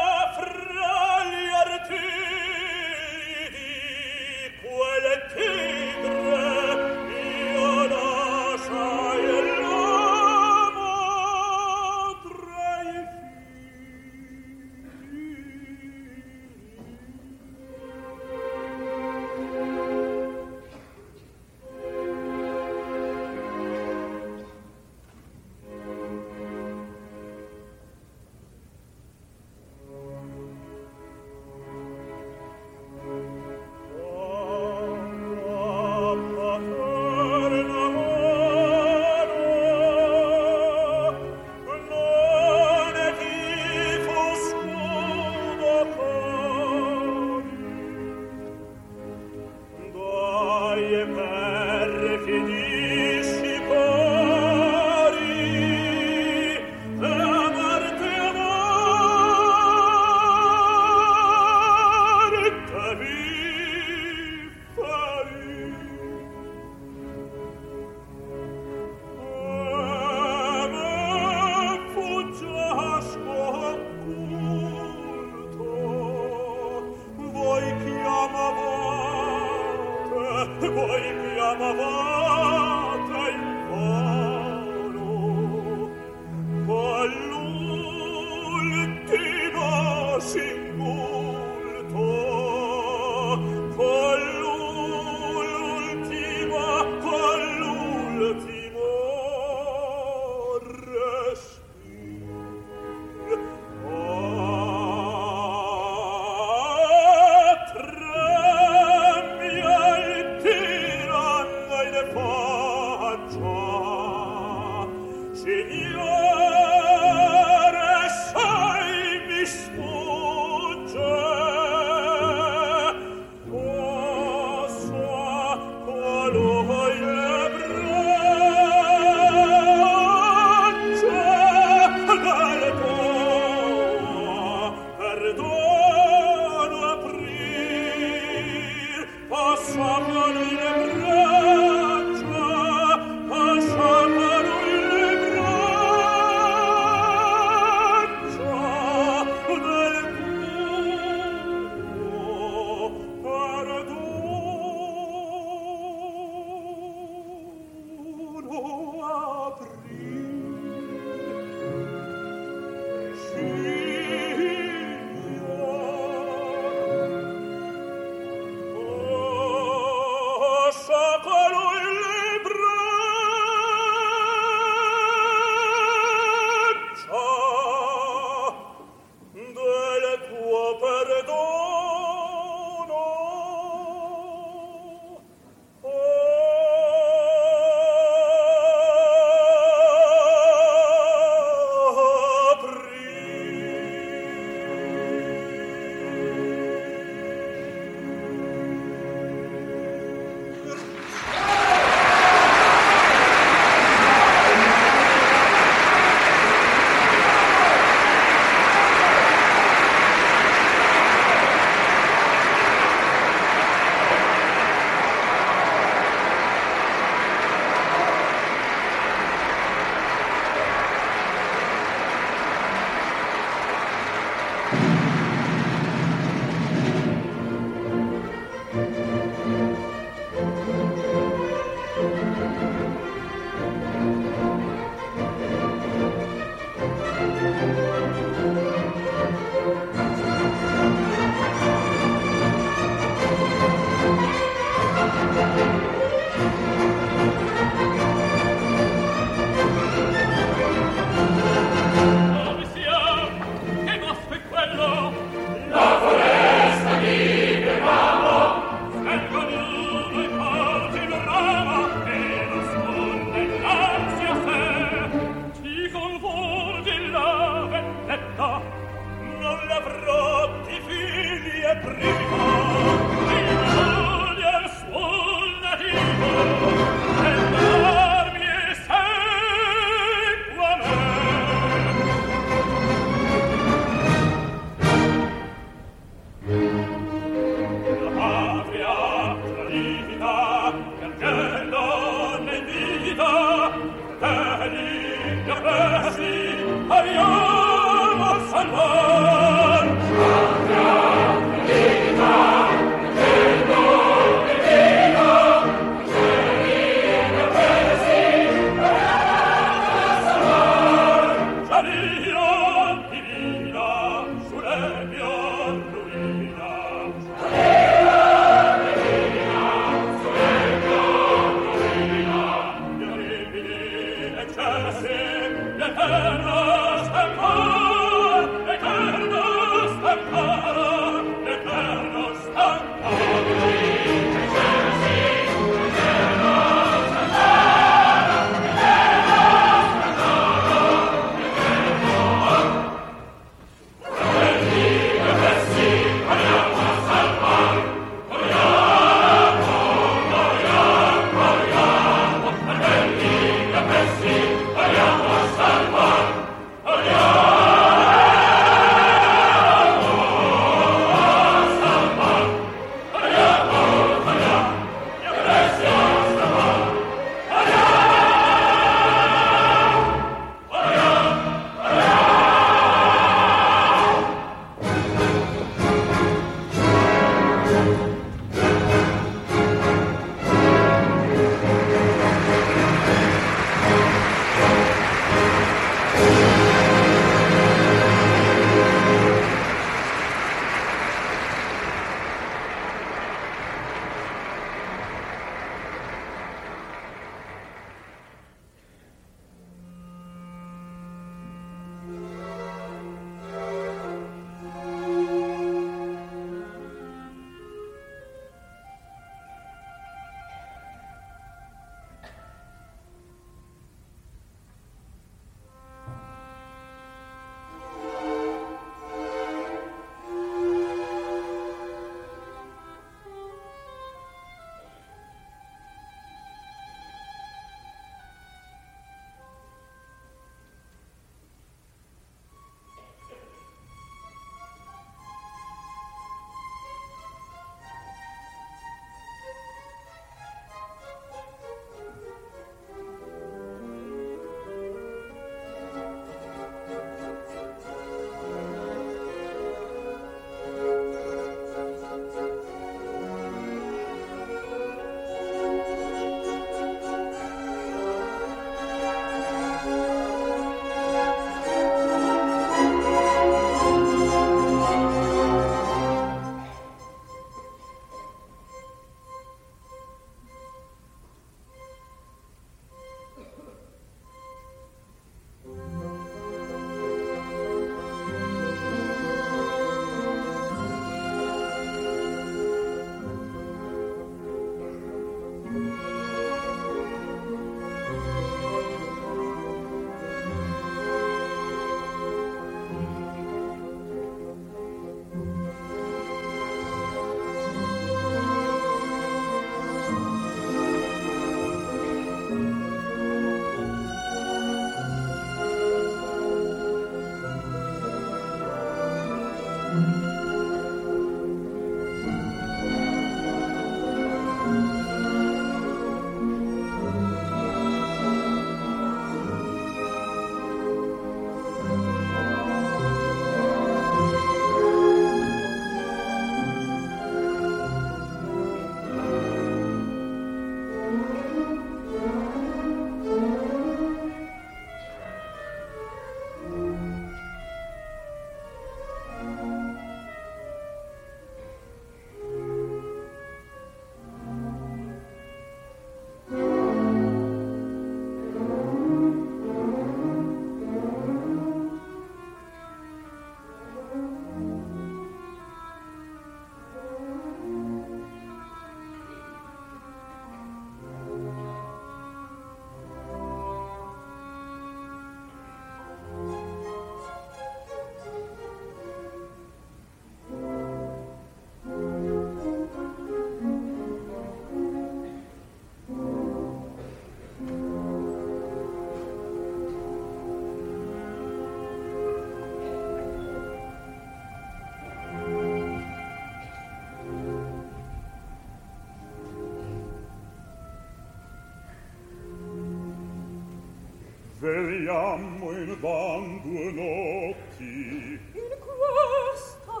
Vegliamo in van 2 notti. In questa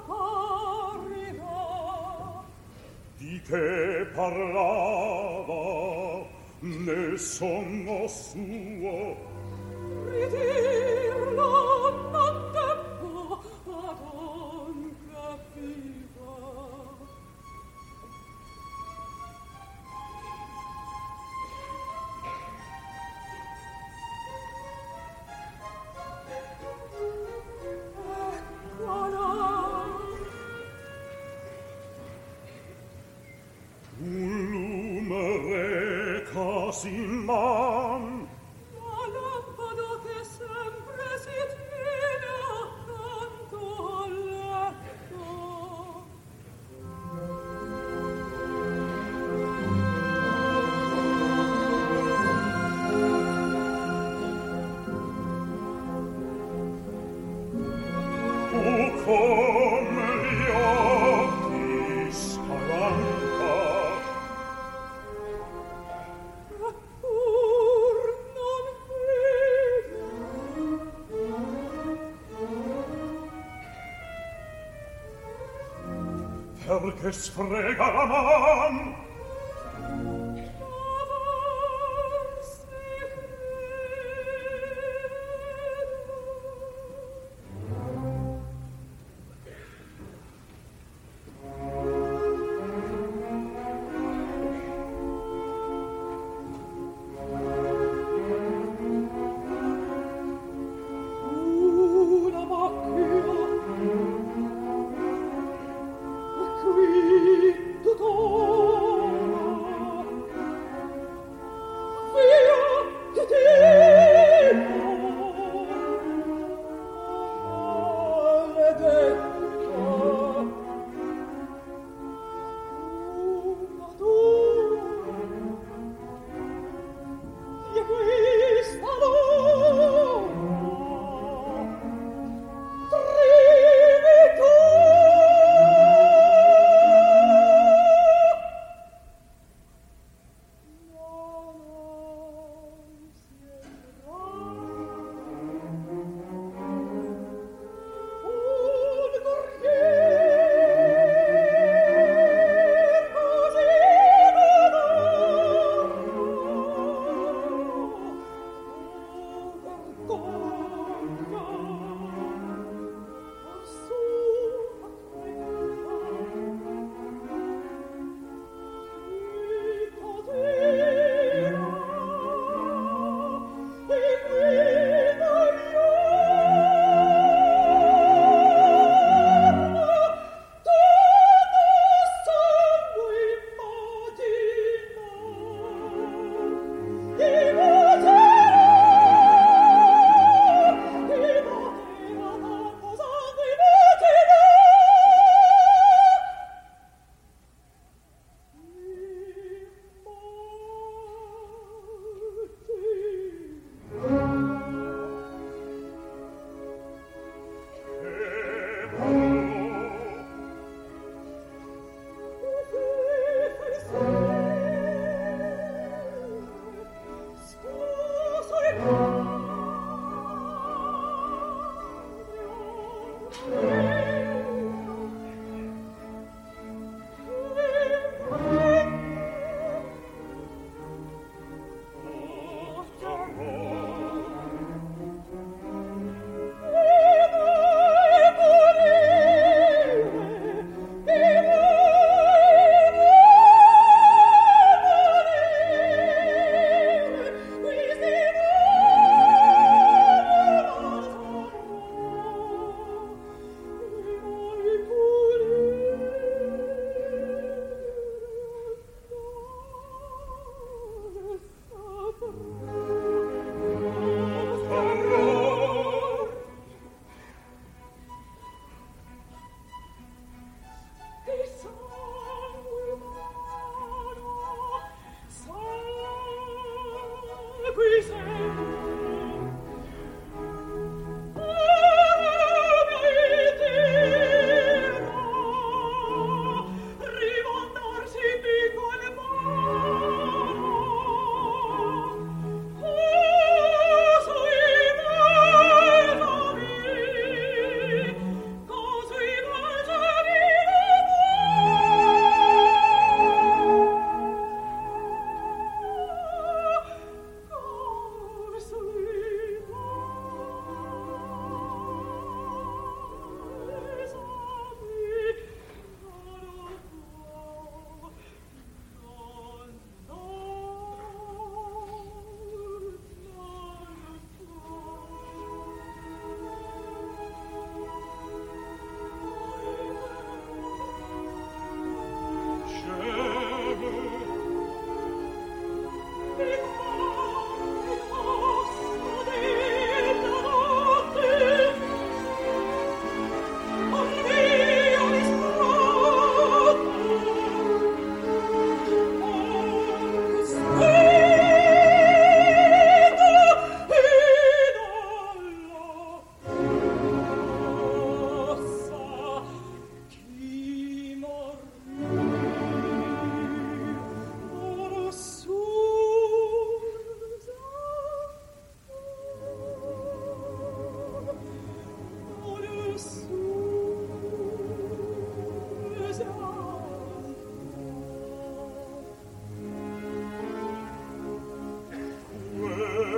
parida Di che parlava nel sonno suo? ridirlo non debbo ad anca viva. Un lume recasi in man, La lampada che sempre si tiene accanto al letto. tu come gli occhi spalanca. Pur non vedo Perché sfrega la man, avanzi una macchia qui tuttora via che maledetta una tua di questa l'ora trimi tu. Sui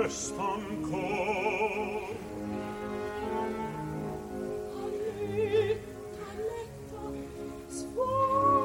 resta ancor. Aletta, sguarda.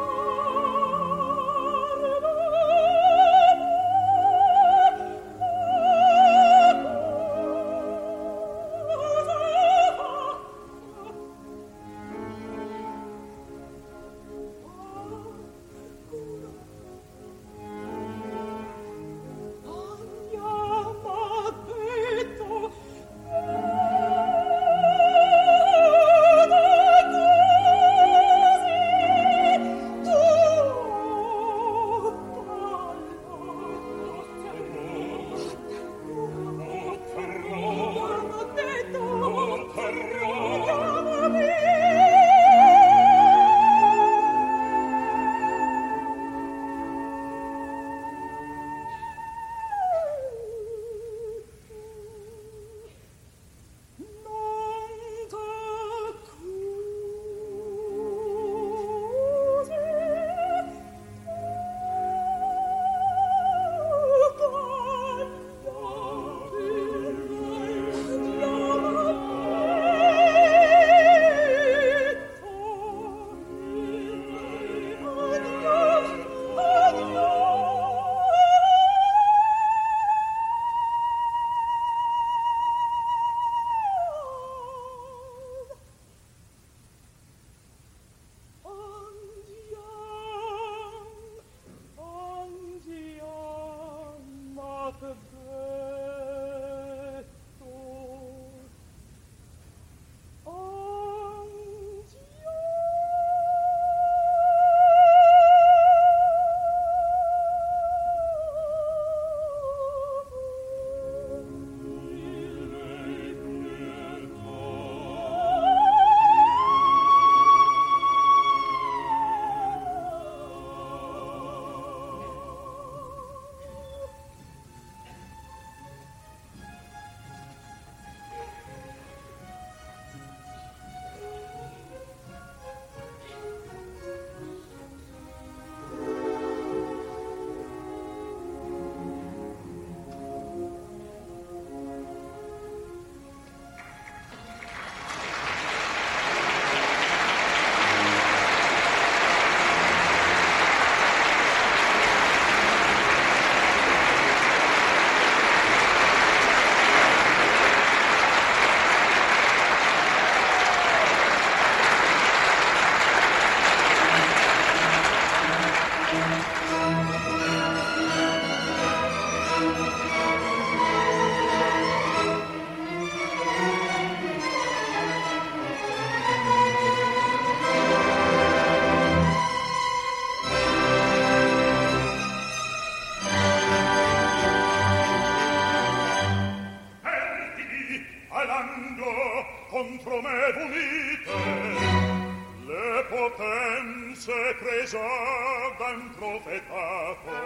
Presadan profetato,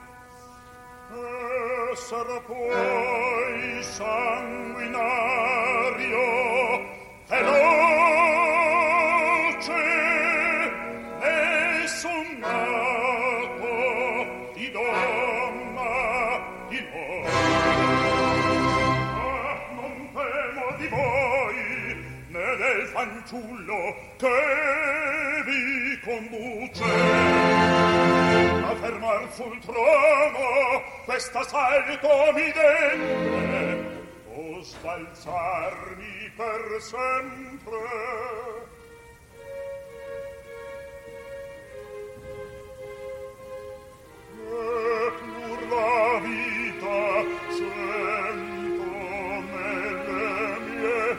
essere poi sanguinario, feroce, nessun nato di donna di noi. Non temo di voi, né del fanciullo che vi conduce a fermar sul trono questa salto mi deve o sbalzarmi per sempre. E pur la vita sento nelle mie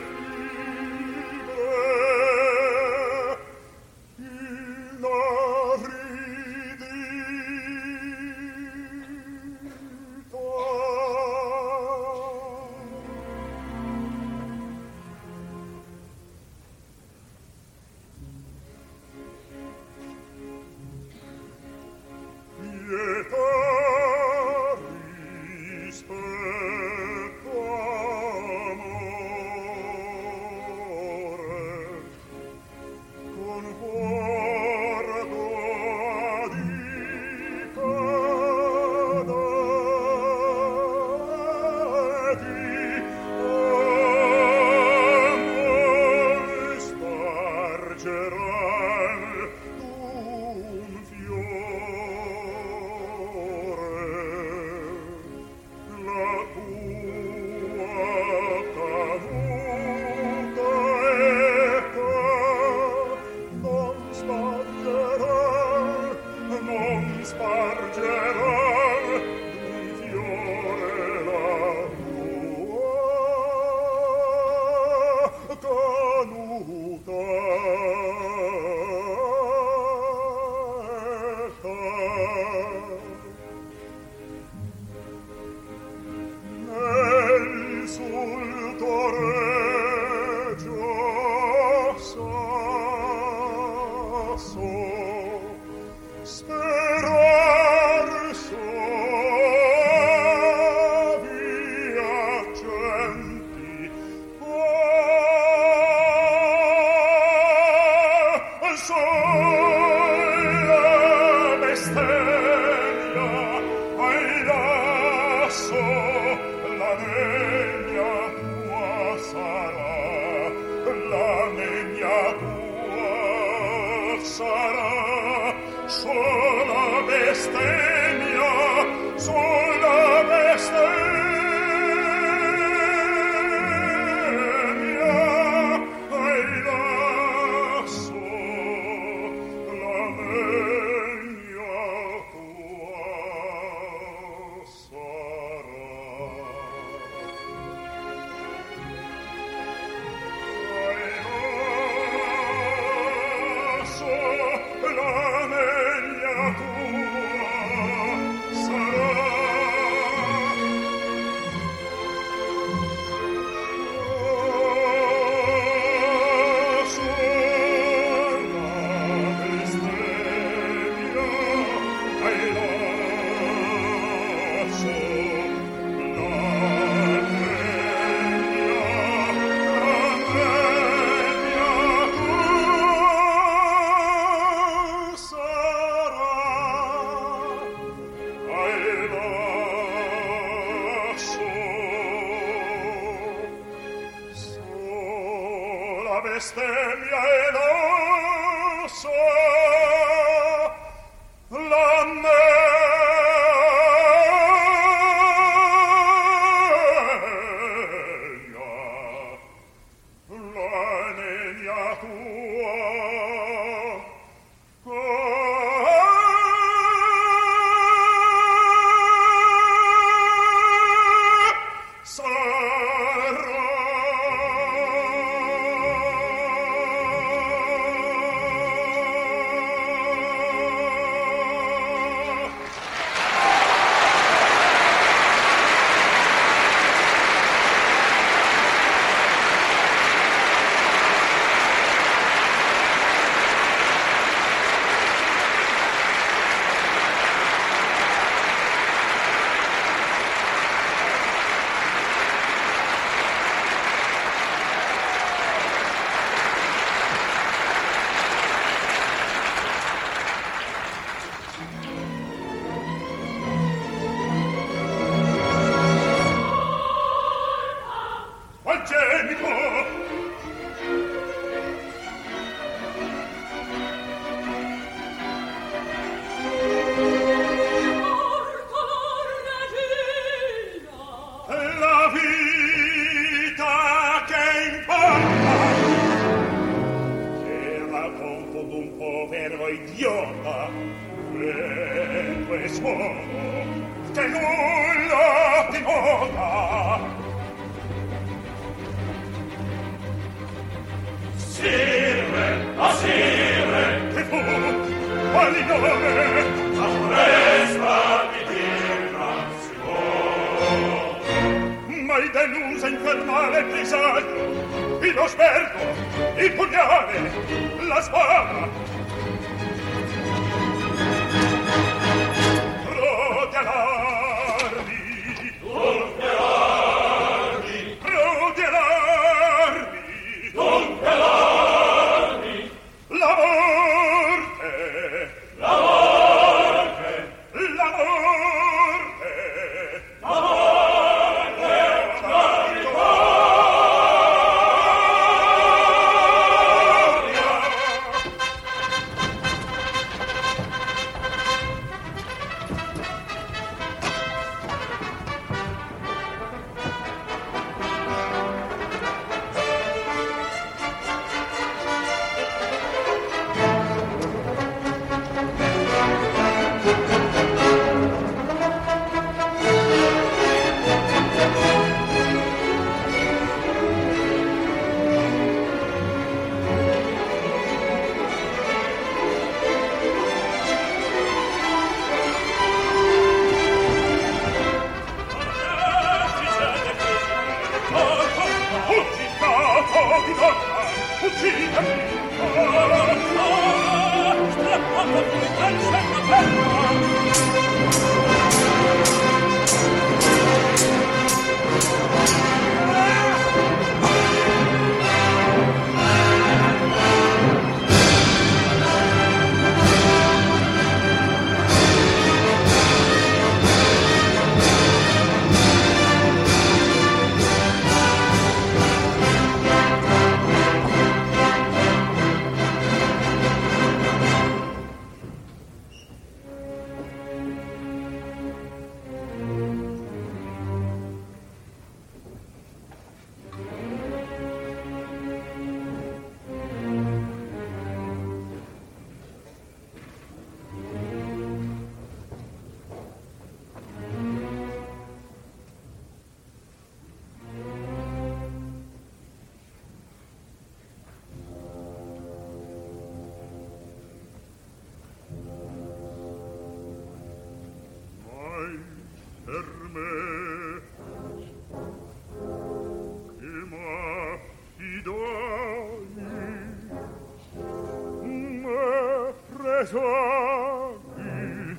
esami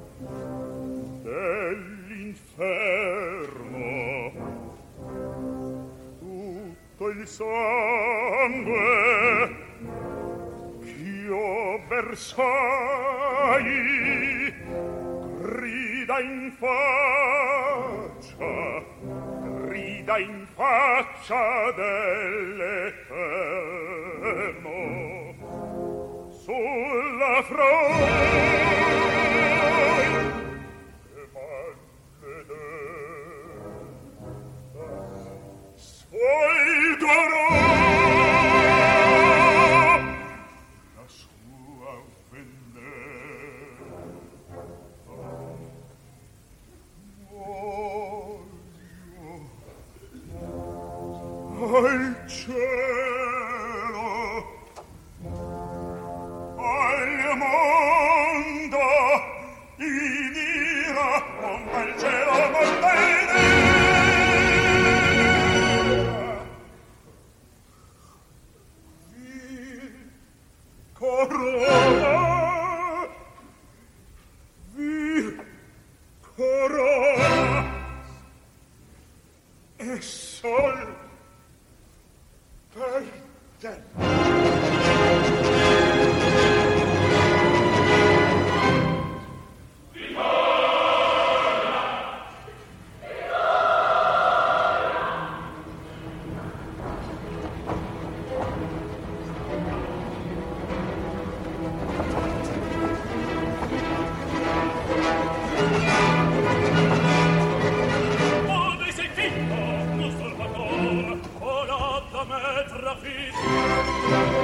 dell'inferno, tutto il sangue ch'io versai grida in faccia dell'Eterno sulla fronte maledetta sfolgorò la sua vendetta. Al cielo, al mondo, in ira, monta il cielo, monta in ira. Vil corona, e sol perde. Oh,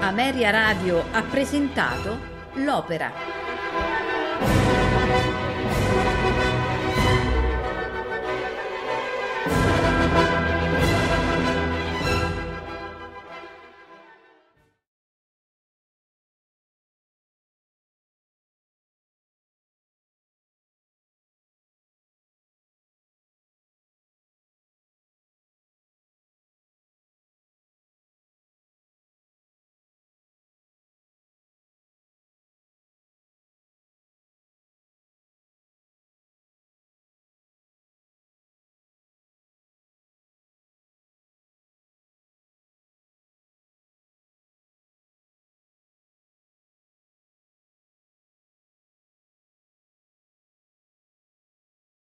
Ameria Radio ha presentato l'opera.